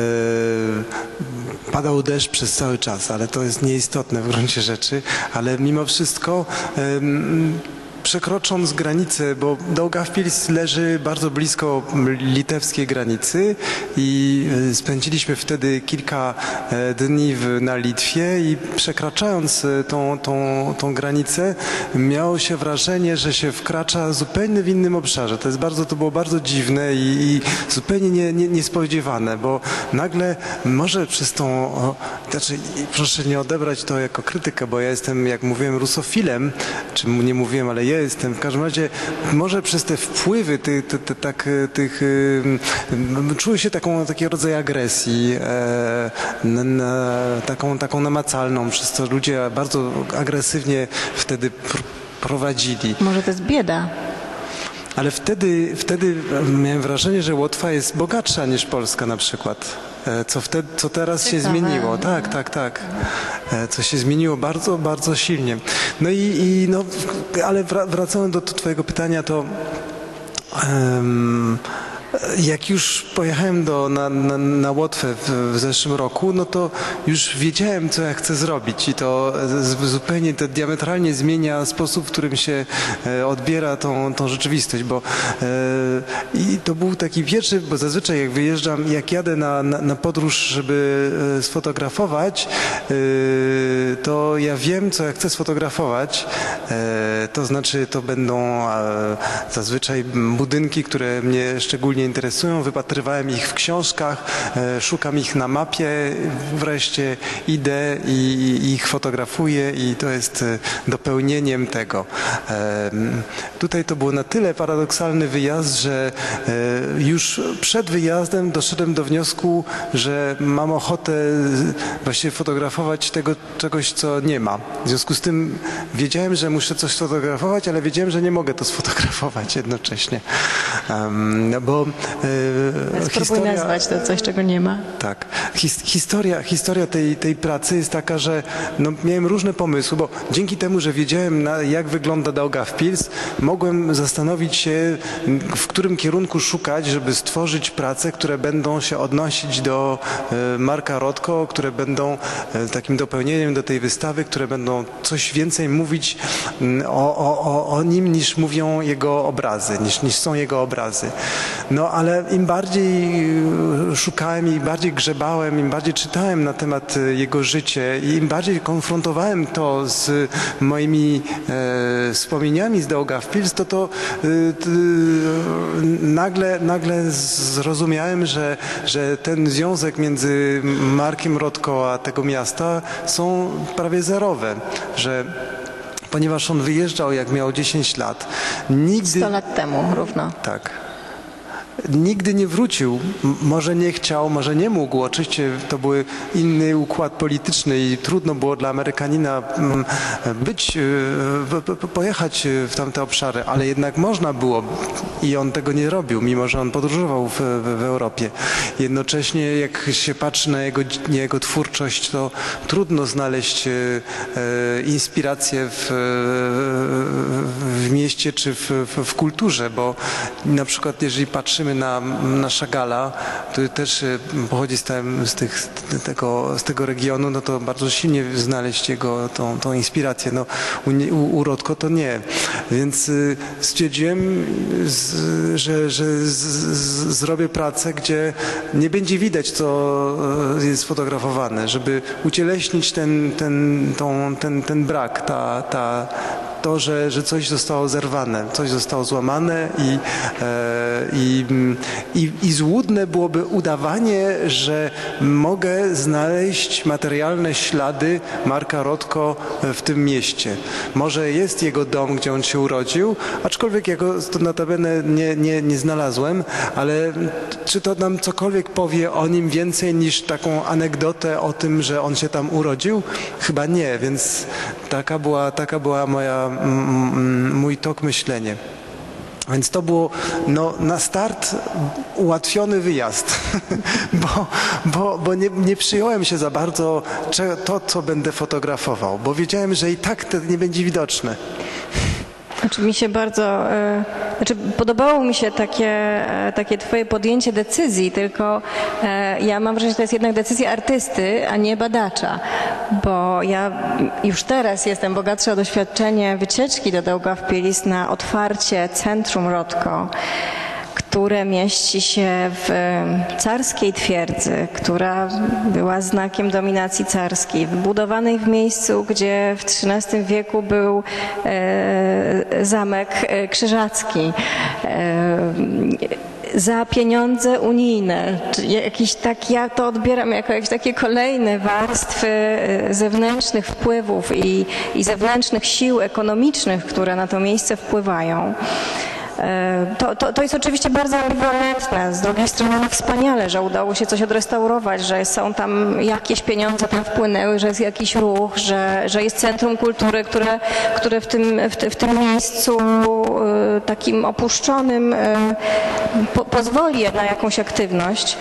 padał deszcz przez cały czas, ale to jest nieistotne w gruncie rzeczy, ale mimo wszystko przekrocząc granicę, bo Daugavpils leży bardzo blisko litewskiej granicy i spędziliśmy wtedy kilka dni na Litwie i przekraczając tą granicę miało się wrażenie, że się wkracza zupełnie w innym obszarze. To było bardzo dziwne i zupełnie niespodziewane, bo nagle może przez proszę nie odebrać to jako krytykę, bo ja jestem, jak mówiłem, rusofilem, czy nie mówiłem, ale jestem. W każdym razie może przez te wpływy czuły się taki rodzaj agresji, taką namacalną, przez co ludzie bardzo agresywnie wtedy prowadzili. Może to jest bieda. Ale wtedy miałem wrażenie, że Łotwa jest bogatsza niż Polska na przykład. Co teraz się zmieniło. Tak. Co się zmieniło bardzo, bardzo silnie. No ale wracając do twojego pytania, to jak już pojechałem na Łotwę w zeszłym roku, no to już wiedziałem, co ja chcę zrobić i to zupełnie diametralnie zmienia sposób, w którym się odbiera tą rzeczywistość, bo i to był taki pierwszy, bo zazwyczaj jak jadę na podróż, żeby sfotografować, to ja wiem, co ja chcę sfotografować, to znaczy to będą zazwyczaj budynki, które mnie szczególnie interesują, wypatrywałem ich w książkach, szukam ich na mapie, wreszcie idę i ich fotografuję i to jest dopełnieniem tego. Tutaj to było na tyle paradoksalny wyjazd, że już przed wyjazdem doszedłem do wniosku, że mam ochotę właśnie fotografować czegoś, co nie ma. W związku z tym wiedziałem, że muszę coś sfotografować, ale wiedziałem, że nie mogę to sfotografować jednocześnie. Bo spróbuj nazwać to coś, czego nie ma. Tak. Historia tej pracy jest taka, że miałem różne pomysły, bo dzięki temu, że wiedziałem, jak wygląda Daugavpils, mogłem zastanowić się, w którym kierunku szukać, żeby stworzyć prace, które będą się odnosić do Marka Rothko, które będą takim dopełnieniem do tej wystawy, które będą coś więcej mówić o nim, niż mówią jego obrazy, niż są jego obrazy. No ale im bardziej szukałem, im bardziej grzebałem, im bardziej czytałem na temat jego życia i im bardziej konfrontowałem to z moimi wspomnieniami z Daugavpils, to nagle zrozumiałem, że ten związek między Markiem Rothko a tego miasta są prawie zerowe, że ponieważ on wyjeżdżał, jak miał 10 lat. 100 lat temu równo. Tak. nigdy nie wrócił. Może nie chciał, może nie mógł. Oczywiście to był inny układ polityczny i trudno było dla Amerykanina pojechać w tamte obszary, ale jednak można było i on tego nie robił, mimo że on podróżował w Europie. Jednocześnie jak się patrzy na jego twórczość, to trudno znaleźć inspirację w mieście czy w kulturze, bo na przykład jeżeli patrzymy na Chagalla, który też pochodzi z tego regionu, no to bardzo silnie znaleźć jego tą inspirację. No, u Rothko to nie. Więc stwierdziłem, że zrobię pracę, gdzie nie będzie widać, co jest fotografowane, żeby ucieleśnić ten brak, to, że coś zostało zerwane, coś zostało złamane i złudne byłoby udawanie, że mogę znaleźć materialne ślady Marka Rothko w tym mieście. Może jest jego dom, gdzie on się urodził, aczkolwiek ja go notabene nie znalazłem, ale czy to nam cokolwiek powie o nim więcej niż taką anegdotę o tym, że on się tam urodził? Chyba nie, więc taka była mój tok myślenia. Więc to było na start ułatwiony wyjazd, bo nie przyjąłem się za bardzo co będę fotografował, bo wiedziałem, że i tak to nie będzie widoczne. Znaczy mi się bardzo, podobało mi się takie twoje podjęcie decyzji, tylko ja mam wrażenie, że to jest jednak decyzja artysty, a nie badacza, bo ja już teraz jestem bogatsza o doświadczenie wycieczki do Daugavpilis na otwarcie Centrum Rothko, które mieści się w carskiej twierdzy, która była znakiem dominacji carskiej, wybudowanej w miejscu, gdzie w XIII wieku był zamek krzyżacki. Za pieniądze unijne, ja to odbieram jako jakieś takie kolejne warstwy zewnętrznych wpływów i zewnętrznych sił ekonomicznych, które na to miejsce wpływają. To jest oczywiście bardzo ambiwalentne. Z drugiej strony wspaniale, że udało się coś odrestaurować, że są tam jakieś pieniądze tam wpłynęły, że jest jakiś ruch, że jest centrum kultury, które w tym miejscu takim opuszczonym pozwoli na jakąś aktywność.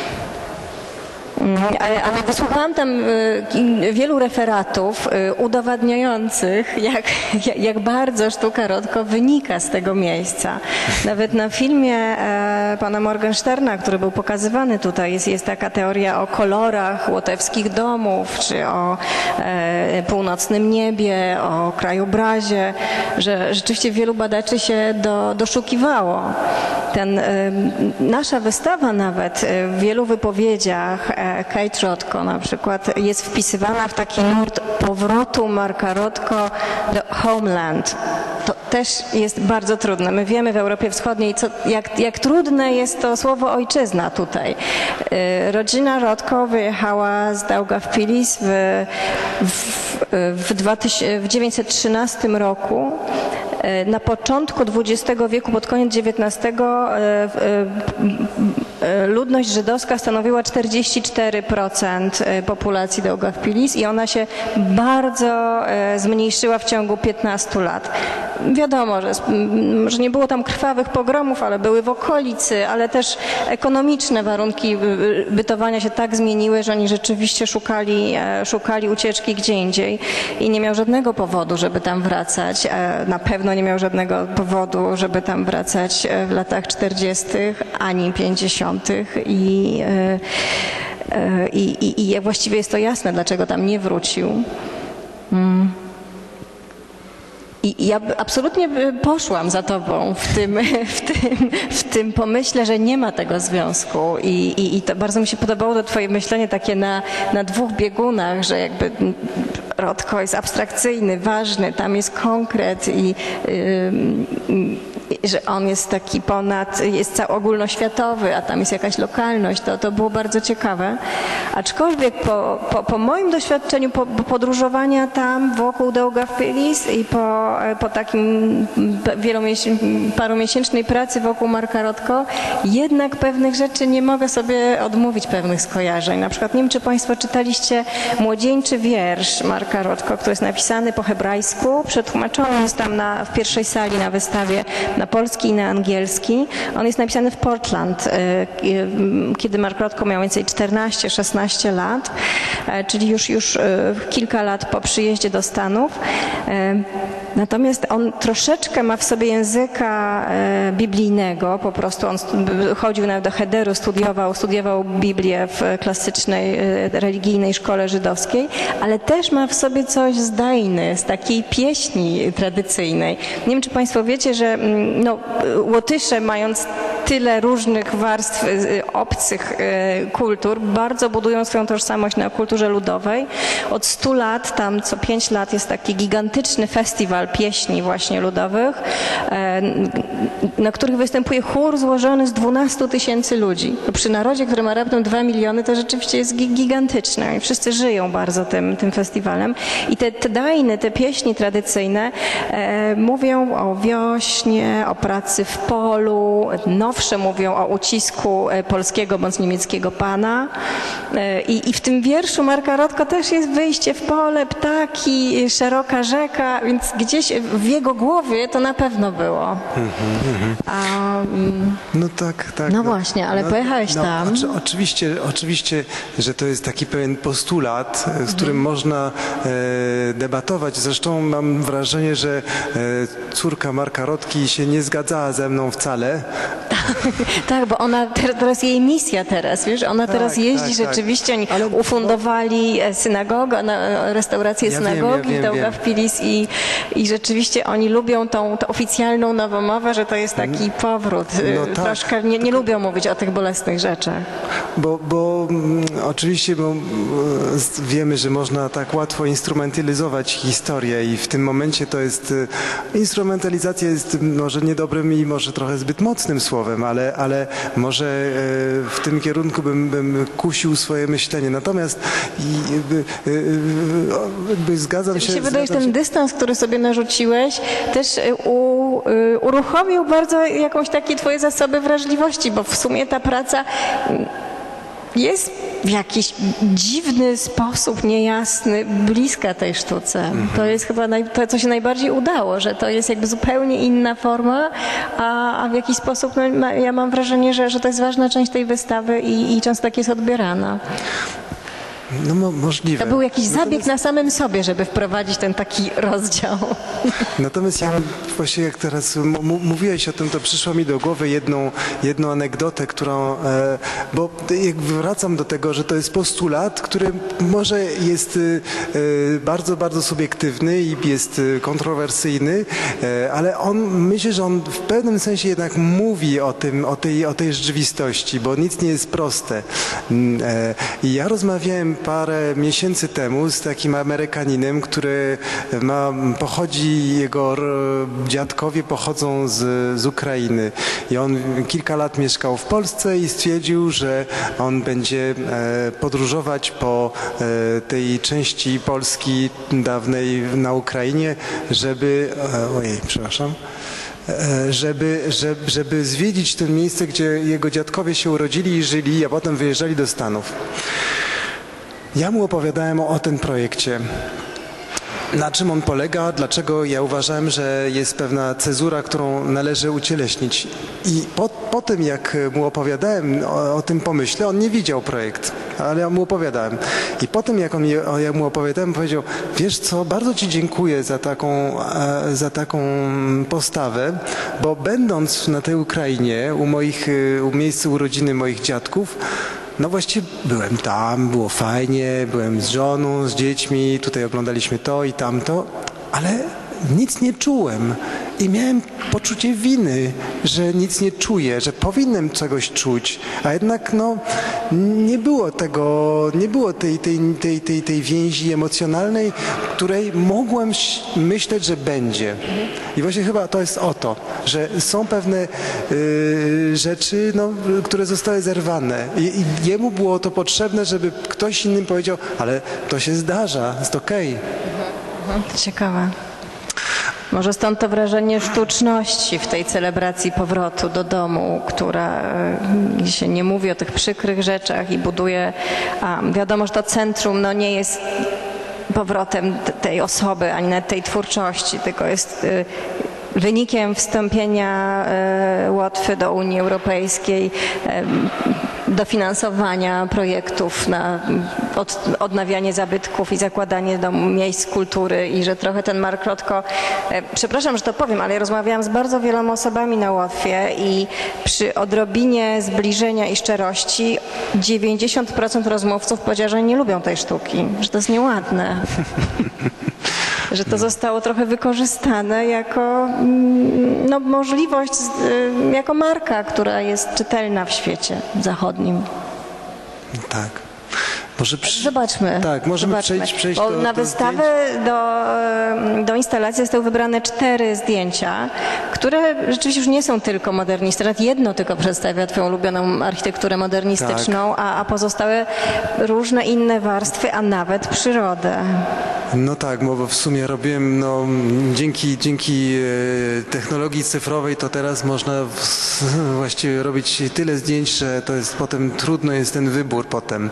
Ale wysłuchałam tam wielu referatów udowadniających, jak bardzo sztuka Rothko wynika z tego miejsca. Nawet na filmie pana Morgensterna, który był pokazywany tutaj, jest taka teoria o kolorach łotewskich domów, czy o północnym niebie, o krajobrazie, że rzeczywiście wielu badaczy się doszukiwało. Nasza wystawa nawet w wielu wypowiedziach Kate Rothko na przykład jest wpisywana w taki nurt powrotu Marka Rothko do homeland. To też jest bardzo trudne. My wiemy w Europie Wschodniej, jak trudne jest to słowo ojczyzna tutaj. Rodzina Rothko wyjechała z Daugavpilis w 1913 roku. Na początku XX wieku, pod koniec XIX, ludność żydowska stanowiła 44% populacji Daugavpilis i ona się bardzo zmniejszyła w ciągu 15 lat. Wiadomo, że nie było tam krwawych pogromów, ale były w okolicy, ale też ekonomiczne warunki bytowania się tak zmieniły, że oni rzeczywiście szukali ucieczki gdzie indziej i nie miał żadnego powodu, żeby tam wracać. Na pewno nie miał żadnego powodu, żeby tam wracać w latach 40. ani 50. I właściwie jest to jasne, dlaczego tam nie wrócił. I ja absolutnie poszłam za tobą w tym pomyśle, że nie ma tego związku i to bardzo mi się podobało to twoje myślenie takie na dwóch biegunach, że jakby Rothko jest abstrakcyjny, ważny, tam jest konkret że on jest taki jest ogólnoświatowy, a tam jest jakaś lokalność, to było bardzo ciekawe. Aczkolwiek po moim doświadczeniu, po podróżowania tam wokół Daugavpilis i po takim paromiesięcznej pracy wokół Marka Rotko, jednak pewnych rzeczy nie mogę sobie odmówić, pewnych skojarzeń. Na przykład nie wiem, czy Państwo czytaliście młodzieńczy wiersz Marka Rotko, który jest napisany po hebrajsku, przetłumaczony jest tam w pierwszej sali na wystawie na polski i na angielski. On jest napisany w Portland, kiedy Mark Rotko miał więcej 14-16 lat, czyli już kilka lat po przyjeździe do Stanów. Natomiast on troszeczkę ma w sobie języka biblijnego, po prostu on chodził nawet do Hederu, studiował Biblię w klasycznej, religijnej szkole żydowskiej, ale też ma w sobie coś z Dajny, z takiej pieśni tradycyjnej. Nie wiem, czy Państwo wiecie, że Łotysze, mając tyle różnych warstw obcych kultur, bardzo budują swoją tożsamość na kulturze ludowej. Od 100 lat, tam co 5 lat jest taki gigantyczny festiwal pieśni właśnie ludowych, na których występuje chór złożony z 12 000 ludzi. Przy narodzie, który ma raptem 2 miliony, to rzeczywiście jest gigantyczne i wszyscy żyją bardzo tym festiwalem. I te dajny, te pieśni tradycyjne mówią o wiośnie, o pracy w polu, nowsze mówią o ucisku polskiego bądź niemieckiego pana. I w tym wierszu Marka Rotko też jest wyjście w pole, ptaki, szeroka rzeka, więc gdzieś w jego głowie to na pewno było. No tak. No właśnie, ale pojechałeś tam. Oczywiście, że to jest taki pewien postulat, z którym można debatować. Zresztą mam wrażenie, że córka Marka Rotki się nie zgadzała ze mną wcale. Tak, bo ona teraz jej misja teraz, wiesz, ona teraz jeździ rzeczywiście, oni ufundowali synagogę, restaurację synagogi w Daugavpilis i rzeczywiście oni lubią tą oficjalną nowomowę, że to jest taki powrót. Troszkę nie lubią mówić o tych bolesnych rzeczach. Bo oczywiście wiemy, że można tak łatwo instrumentalizować historię i w tym momencie to jest, instrumentalizacja jest może niedobrym i może trochę zbyt mocnym słowem, ale może w tym kierunku bym kusił swoje myślenie. Natomiast zgadzam się... Mi się wydaje, że ten dystans, który sobie narzuciłeś, też uruchomił bardzo jakąś takie twoje zasoby wrażliwości, bo w sumie ta praca jest w jakiś dziwny sposób, niejasny, bliska tej sztuce. To jest chyba to, co się najbardziej udało, że to jest jakby zupełnie inna forma, a w jakiś sposób ja mam wrażenie, że to jest ważna część tej wystawy i często tak jest odbierana. No możliwe. To był jakiś zabieg na samym sobie, żeby wprowadzić ten taki rozdział. Natomiast ja właśnie jak teraz mówiłeś o tym, to przyszła mi do głowy jedną anegdotę, którą, bo jak wracam do tego, że to jest postulat, który może jest bardzo, bardzo subiektywny i jest kontrowersyjny, ale myślę, że on w pewnym sensie jednak mówi o tej rzeczywistości, bo nic nie jest proste. I ja rozmawiałem parę miesięcy temu z takim Amerykaninem, który jego dziadkowie pochodzą z Ukrainy i on kilka lat mieszkał w Polsce i stwierdził, że on będzie podróżować po tej części Polski dawnej na Ukrainie, żeby zwiedzić to miejsce, gdzie jego dziadkowie się urodzili i żyli, a potem wyjeżdżali do Stanów. Ja mu opowiadałem o tym projekcie. Na czym on polega, dlaczego ja uważałem, że jest pewna cezura, którą należy ucieleśnić. I po tym, jak mu opowiadałem o tym pomyśle, on nie widział projekt, ale ja mu opowiadałem. I po tym, jak ja mu opowiadałem, powiedział, wiesz co, bardzo ci dziękuję za taką postawę, bo będąc na tej Ukrainie, u miejsca urodziny moich dziadków, no właściwie byłem tam, było fajnie, byłem z żoną, z dziećmi, tutaj oglądaliśmy to i tamto, ale nic nie czułem i miałem poczucie winy, że nic nie czuję, że powinienem czegoś czuć, a jednak no, nie było tego, nie było tej więzi emocjonalnej, której mogłem myśleć, że będzie. I właśnie chyba to jest o to, że są pewne rzeczy, no, które zostały zerwane i jemu było to potrzebne, żeby ktoś innym powiedział, ale to się zdarza, jest okej. Ciekawe. Może stąd to wrażenie sztuczności w tej celebracji powrotu do domu, która gdzie się nie mówi o tych przykrych rzeczach i buduje, wiadomo, że to centrum no, nie jest powrotem tej osoby, ani nawet tej twórczości, tylko jest wynikiem wstąpienia Łotwy do Unii Europejskiej, dofinansowania projektów na odnawianie zabytków i zakładanie miejsc kultury i że trochę ten Mark Rothko, przepraszam, że to powiem, ale ja rozmawiałam z bardzo wieloma osobami na Łotwie i przy odrobinie zbliżenia i szczerości 90% rozmówców powiedział, że nie lubią tej sztuki, że to jest nieładne. Że to zostało trochę wykorzystane jako no, możliwość, jako marka, która jest czytelna w świecie zachodnim. Tak. Może Zobaczmy. Tak, możemy zobaczmy. przejść Bo do na wystawę, do instalacji zostały wybrane 4 zdjęcia, które rzeczywiście już nie są tylko modernistyczne. Nawet jedno tylko przedstawia twoją ulubioną architekturę modernistyczną, tak. a pozostałe różne inne warstwy, a nawet przyrodę. No tak, bo w sumie robiłem, no, dzięki technologii cyfrowej to teraz można właściwie robić tyle zdjęć, że to jest potem trudno jest ten wybór potem.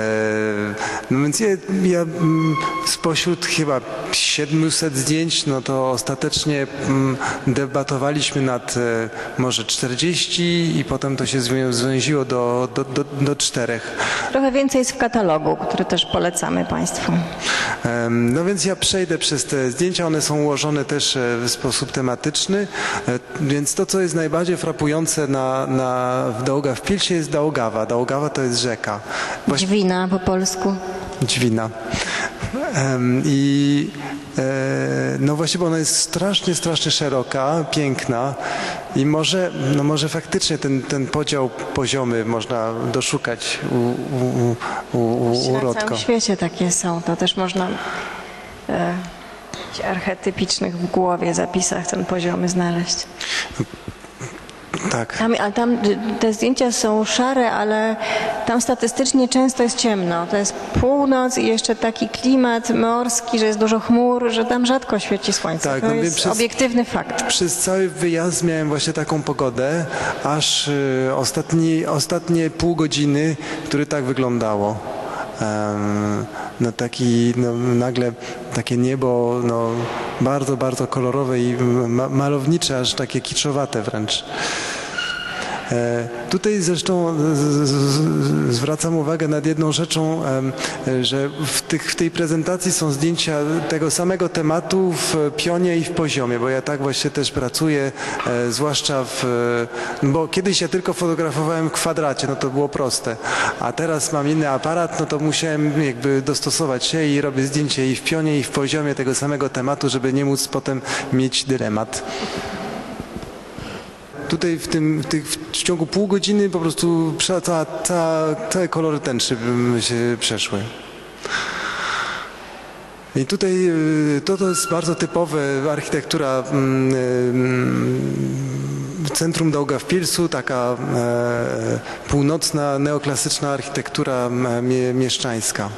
No więc ja spośród chyba 700 zdjęć, no to ostatecznie debatowaliśmy nad może 40 i potem to się zwęziło do 4. Trochę więcej jest w katalogu, który też polecamy Państwu. No więc ja przejdę przez te zdjęcia, one są ułożone też w sposób tematyczny, więc to, co jest najbardziej frapujące w Daugavpilsie jest Daugava. Daugava to jest rzeka. Dźwina po polsku. Dźwina. No właśnie, bo ona jest strasznie szeroka, piękna i może faktycznie ten podział poziomy można doszukać u Na Rothko. całym świecie takie są. To też można w archetypicznych w głowie zapisach ten poziomy znaleźć. Tak. Tam te zdjęcia są szare, ale tam statystycznie często jest ciemno. To jest północ i jeszcze taki klimat morski, że jest dużo chmur, że tam rzadko świeci słońce. Tak, to jest obiektywny fakt. Przez cały wyjazd miałem właśnie taką pogodę, aż ostatnie pół godziny, które tak wyglądało. No nagle takie niebo bardzo, bardzo kolorowe i malownicze, aż takie kiczowate wręcz. Tutaj zresztą zwracam uwagę nad jedną rzeczą, że w tej prezentacji są zdjęcia tego samego tematu w pionie i w poziomie, bo ja tak właśnie też pracuję, zwłaszcza bo kiedyś ja tylko fotografowałem w kwadracie, no to było proste, a teraz mam inny aparat, no to musiałem jakby dostosować się i robię zdjęcie i w pionie i w poziomie tego samego tematu, żeby nie móc potem mieć dylemat. Tutaj w ciągu pół godziny po prostu całe kolory tęczy się przeszły. I tutaj to jest bardzo typowe architektura centrum Daugavpilsu, taka północna, neoklasyczna architektura mieszczańska.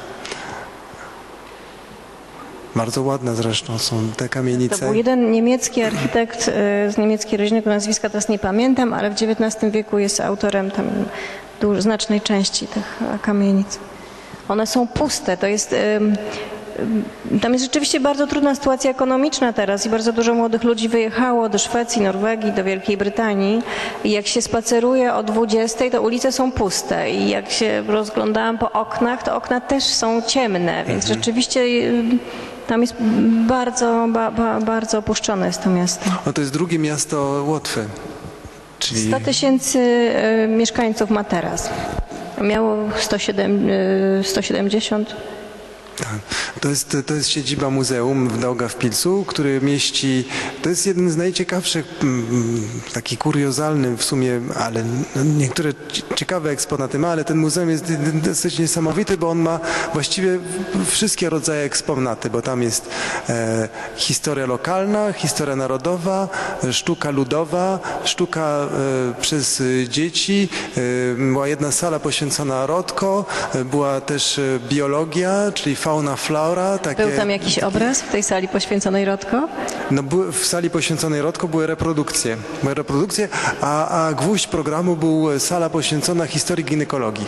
Bardzo ładne zresztą są te kamienice. To był jeden niemiecki architekt z niemieckiej rodziny, nazwiska teraz nie pamiętam, ale w XIX wieku jest autorem tam znacznej części tych kamienic. One są puste, to jest... Tam jest rzeczywiście bardzo trudna sytuacja ekonomiczna teraz i bardzo dużo młodych ludzi wyjechało do Szwecji, Norwegii, do Wielkiej Brytanii i jak się spaceruje o 20, to ulice są puste i jak się rozglądałam po oknach, to okna też są ciemne, więc rzeczywiście tam jest bardzo opuszczone jest to miasto. No to jest drugie miasto Łotwy. Czyli... 100 000 mieszkańców ma teraz. Miało 170. Tak. To jest siedziba muzeum w Daugavpilsu, który mieści, to jest jeden z najciekawszych, taki kuriozalny w sumie, ale niektóre ciekawe eksponaty ma, ale ten muzeum jest dosyć niesamowity, bo on ma właściwie wszystkie rodzaje eksponaty, bo tam jest historia lokalna, historia narodowa, sztuka ludowa, sztuka przez dzieci, była jedna sala poświęcona Rodko, była też biologia, czyli fauna, flora. Takie... Był tam jakiś obraz w tej sali poświęconej Rodko? No, w sali poświęconej Rodko były reprodukcje, a gwóźdź programu był sala poświęcona historii ginekologii.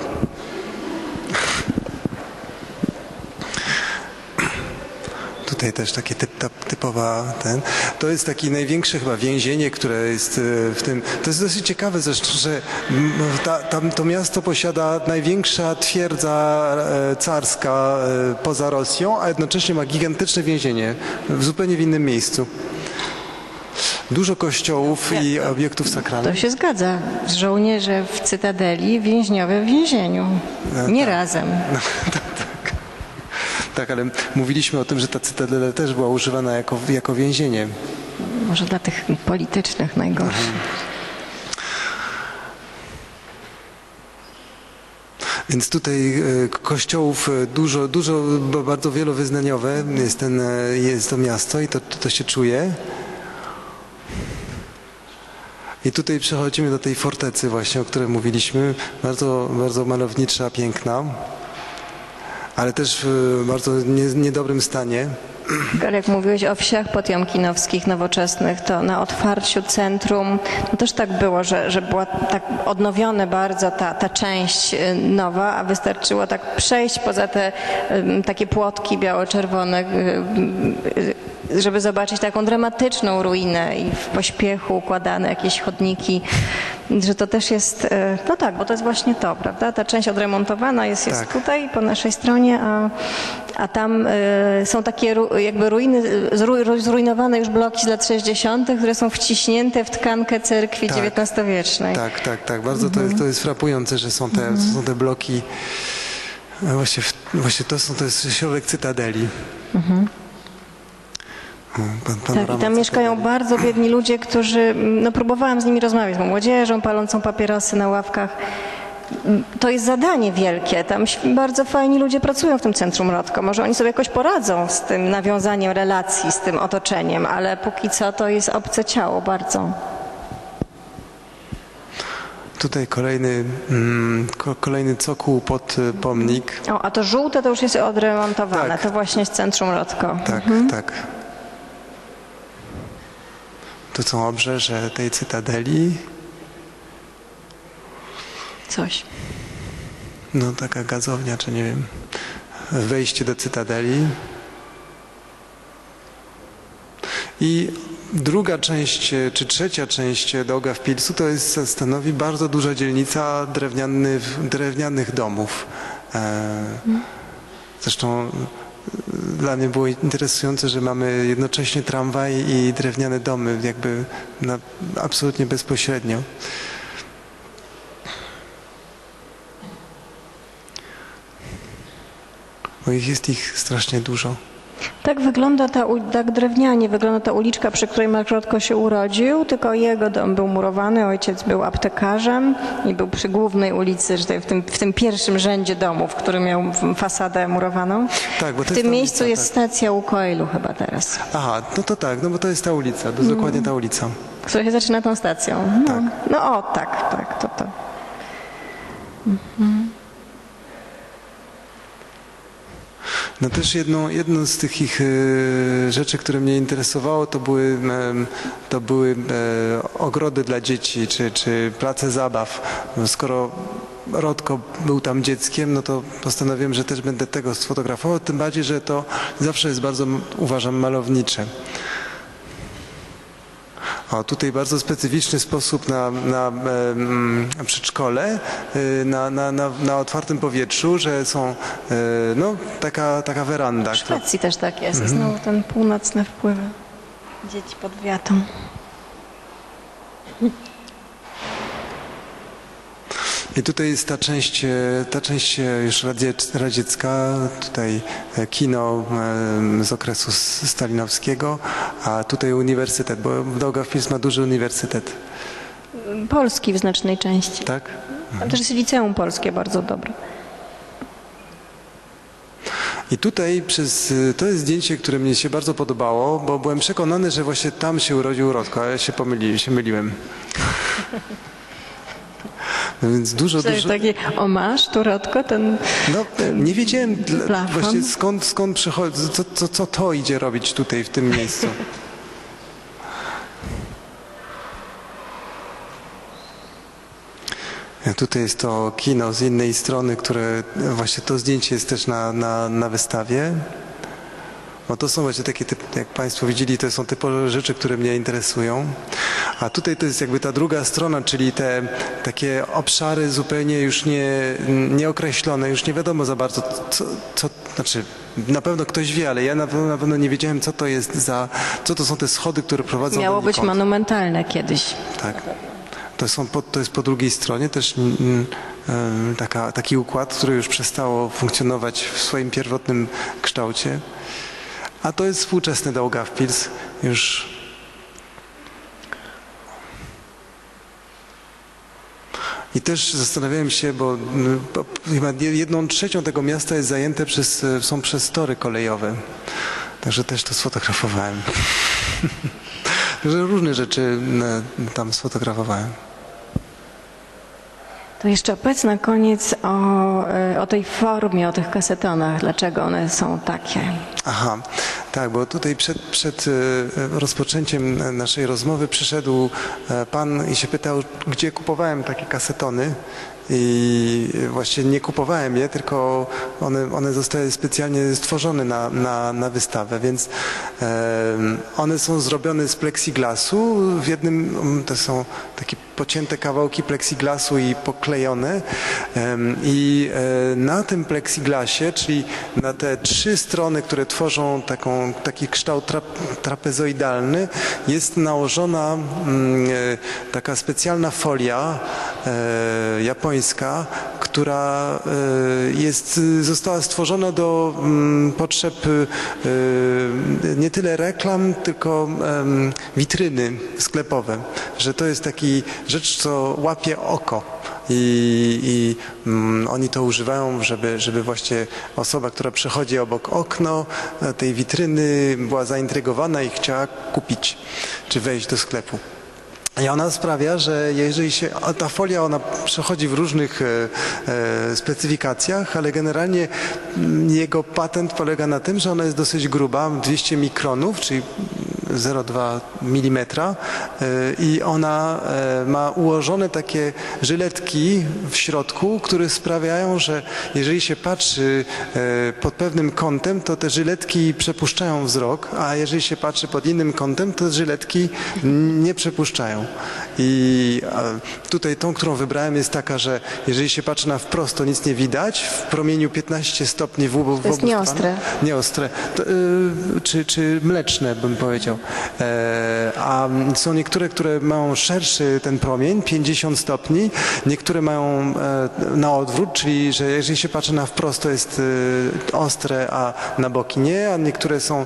Tutaj też takie typowa to jest takie największe chyba więzienie, które jest w tym. To jest dosyć ciekawe zresztą, że to miasto posiada największa twierdza carska poza Rosją, a jednocześnie ma gigantyczne więzienie zupełnie w innym miejscu. Dużo kościołów i obiektów sakralnych. To się zgadza. Żołnierze w cytadeli, więźniowie w więzieniu. Nie razem. Tak, ale mówiliśmy o tym, że ta cytadela też była używana jako więzienie. Może dla tych politycznych najgorszych. Więc tutaj kościołów dużo, bardzo wielowyznaniowe jest to miasto i to się czuje. I tutaj przechodzimy do tej fortecy właśnie, o której mówiliśmy. Bardzo, bardzo malownicza, piękna, ale też w bardzo niedobrym stanie. Ale jak mówiłeś o wsiach potiomkinowskich, nowoczesnych, to na otwarciu centrum no też tak było, że była tak odnowiona bardzo ta część nowa, a wystarczyło tak przejść poza te takie płotki biało-czerwone, żeby zobaczyć taką dramatyczną ruinę i w pośpiechu układane jakieś chodniki, że to też jest, no tak, bo to jest właśnie to, prawda? Ta część odremontowana jest Tak. tutaj po naszej stronie, a tam są takie jakby ruiny, zrujnowane już bloki z lat 60., które są wciśnięte w tkankę cerkwi Tak. XIX-wiecznej. Tak. Bardzo to jest frapujące, że są te bloki. Właśnie to jest środek cytadeli. Tak, i tam mieszkają bardzo biedni ludzie, którzy, no próbowałam z nimi rozmawiać, z młodzieżą palącą papierosy na ławkach. To jest zadanie wielkie, tam bardzo fajni ludzie pracują w tym Centrum Rodko. Może oni sobie jakoś poradzą z tym nawiązaniem relacji, z tym otoczeniem, ale póki co to jest obce ciało bardzo. Tutaj kolejny cokół pod pomnik. O, a to żółte to już jest odremontowane, Tak. to właśnie jest Centrum Rodko. Tak. Tu są obrzeże tej cytadeli. Coś. No taka gazownia, czy nie wiem. Wejście do cytadeli. I druga część, czy trzecia część Daugavpilsu stanowi bardzo duża dzielnica drewnianych domów. Zresztą dla mnie było interesujące, że mamy jednocześnie tramwaj i drewniane domy, jakby absolutnie bezpośrednio. Bo jest ich strasznie dużo. Tak wygląda tak drewnianie wygląda ta uliczka, przy której Mark Rodko się urodził, tylko jego dom był murowany, ojciec był aptekarzem i był przy głównej ulicy, że w tym pierwszym rzędzie domów, który miał fasadę murowaną. Tak, bo to w tym miejscu ulica, jest stacja Łukoilu chyba teraz. Aha, no to tak, no bo to jest ta ulica, to jest dokładnie ta ulica. Która się zaczyna tą stacją. No, Tak. no o, tak, to. No też jedną z tych ich rzeczy, które mnie interesowało, to były ogrody dla dzieci, czy place zabaw. No, skoro Rodko był tam dzieckiem, no to postanowiłem, że też będę tego sfotografował, tym bardziej, że to zawsze jest bardzo, uważam, malownicze. O, tutaj bardzo specyficzny sposób na przedszkole, na otwartym powietrzu, że są no, taka weranda. W Szwecji też tak jest. Znowu ten północne wpływy. Dzieci pod wiatą. I tutaj jest ta część już radziecka, tutaj kino z okresu stalinowskiego, a tutaj uniwersytet, bo Daugavpils ma duży uniwersytet. Polski w znacznej części. Tak? Tam też jest liceum polskie bardzo dobre. I tutaj to jest zdjęcie, które mnie się bardzo podobało, bo byłem przekonany, że właśnie tam się urodził Rodko, ale się myliłem. No więc dużo... To jest taki omaż, tu Rodko, ten... No, nie wiedziałem plafon. właśnie skąd przychodzi, co to idzie robić tutaj, w tym miejscu. Tutaj jest to kino z innej strony, które właśnie to zdjęcie jest też na wystawie. Bo to są właśnie takie, jak Państwo widzieli, to są typowe rzeczy, które mnie interesują. A tutaj to jest jakby ta druga strona, czyli te takie obszary zupełnie już nieokreślone, już nie wiadomo za bardzo, znaczy na pewno ktoś wie, ale ja na pewno nie wiedziałem, co to są te schody, które prowadzą Miało donikąd. być monumentalne kiedyś. Tak. To jest po drugiej stronie też taki układ, który już przestało funkcjonować w swoim pierwotnym kształcie. A to jest współczesny Daugavpils. Już i też zastanawiałem się, bo chyba 1/3 tego miasta jest zajęte przez tory kolejowe. Także też to sfotografowałem. Także różne rzeczy tam sfotografowałem. To jeszcze opowiedz na koniec o tej formie, o tych kasetonach. Dlaczego one są takie? Aha, tak, bo tutaj przed rozpoczęciem naszej rozmowy przyszedł pan i się pytał, gdzie kupowałem takie kasetony. I właśnie nie kupowałem je, tylko one zostały specjalnie stworzone na wystawę, więc one są zrobione z plexiglasu. To są takie pocięte kawałki plexiglasu i poklejone. I na tym plexiglasie, czyli na te 3 strony, które tworzą taki kształt trapezoidalny, jest nałożona taka specjalna folia japońska, która została stworzona do potrzeb nie tyle reklam, tylko witryny sklepowe, że to jest taki rzecz, co łapie oko. I oni to używają, żeby właśnie osoba, która przechodzi obok okno tej witryny, była zaintrygowana i chciała kupić czy wejść do sklepu. I ona sprawia, że jeżeli ta folia, ona przechodzi w różnych specyfikacjach, ale generalnie jego patent polega na tym, że ona jest dosyć gruba, 200 mikronów, czyli 0,2 mm i ona ma ułożone takie żyletki w środku, które sprawiają, że jeżeli się patrzy pod pewnym kątem, to te żyletki przepuszczają wzrok, a jeżeli się patrzy pod innym kątem, to żyletki nie przepuszczają. I tutaj tą, którą wybrałem, jest taka, że jeżeli się patrzy na wprost, to nic nie widać. W promieniu 15 stopni w obu To jest nieostre. Nieostre. Czy mleczne, bym powiedział. A są niektóre, które mają szerszy ten promień, 50 stopni. Niektóre mają na odwrót, czyli że jeżeli się patrzy na wprost, to jest ostre, a na boki nie. A niektóre są,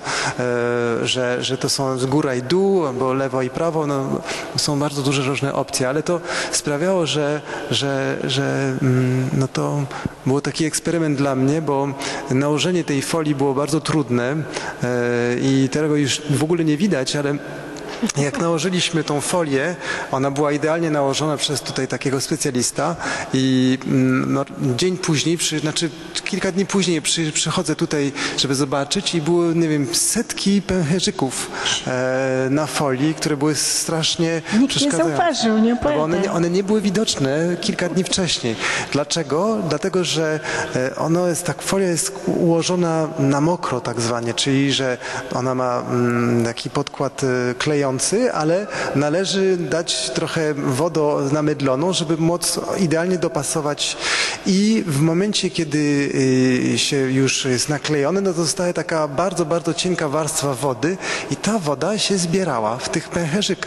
że to są z góra i dół, albo lewo i prawo. No, są bardzo duże różne opcje, ale to sprawiało, że no to było taki eksperyment dla mnie, bo nałożenie tej folii było bardzo trudne i tego już w ogóle nie widać, ale jak nałożyliśmy tą folię, ona była idealnie nałożona przez tutaj takiego specjalista i no, dzień później, znaczy kilka dni później przychodzę tutaj, żeby zobaczyć i było, nie wiem, setki pęcherzyków na folii, które były strasznie przeszkadzające. Nikt nie zauważył, nie opowiadaj. Bo one nie były widoczne kilka dni wcześniej. Dlaczego? Dlatego, że folia jest ułożona na mokro tak zwanie, czyli że ona ma taki podkład klejący, ale należy dać trochę wodę namydloną, żeby móc idealnie dopasować i w momencie, kiedy się już jest naklejone, no to zostaje taka bardzo, bardzo cienka warstwa wody i ta woda się zbierała w tych pęcherzykach.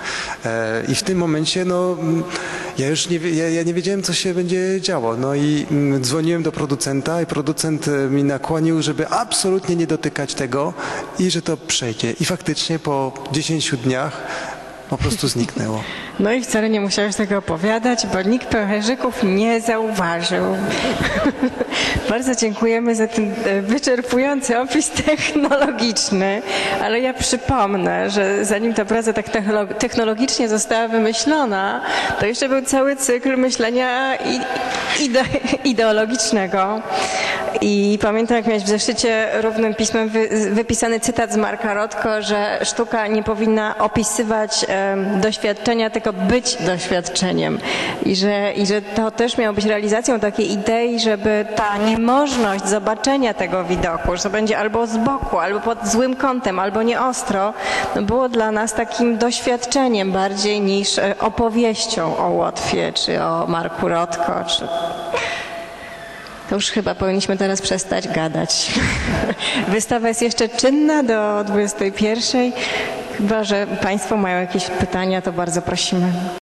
I w tym momencie ja już ja nie wiedziałem, co się będzie działo. No i dzwoniłem do producenta i producent mi nakłonił, żeby absolutnie nie dotykać tego i że to przejdzie. I faktycznie po 10 dniach po prostu zniknęło. No i wcale nie musiałeś tego opowiadać, bo nikt pęcherzyków nie zauważył. Bardzo dziękujemy za ten wyczerpujący opis technologiczny, ale ja przypomnę, że zanim ta praca tak technologicznie została wymyślona, to jeszcze był cały cykl myślenia ideologicznego. I pamiętam, jak miałeś w zeszycie równym pismem wypisany cytat z Marka Rotko, że sztuka nie powinna opisywać doświadczenia, tylko być doświadczeniem. I że to też miało być realizacją takiej idei, żeby ta niemożność zobaczenia tego widoku, że to będzie albo z boku, albo pod złym kątem, albo nieostro, było dla nas takim doświadczeniem bardziej niż opowieścią o Łotwie, czy o Marku Rotko, czy... To już chyba powinniśmy teraz przestać gadać. Wystawa jest jeszcze czynna do 21:00. Chyba że Państwo mają jakieś pytania, to bardzo prosimy.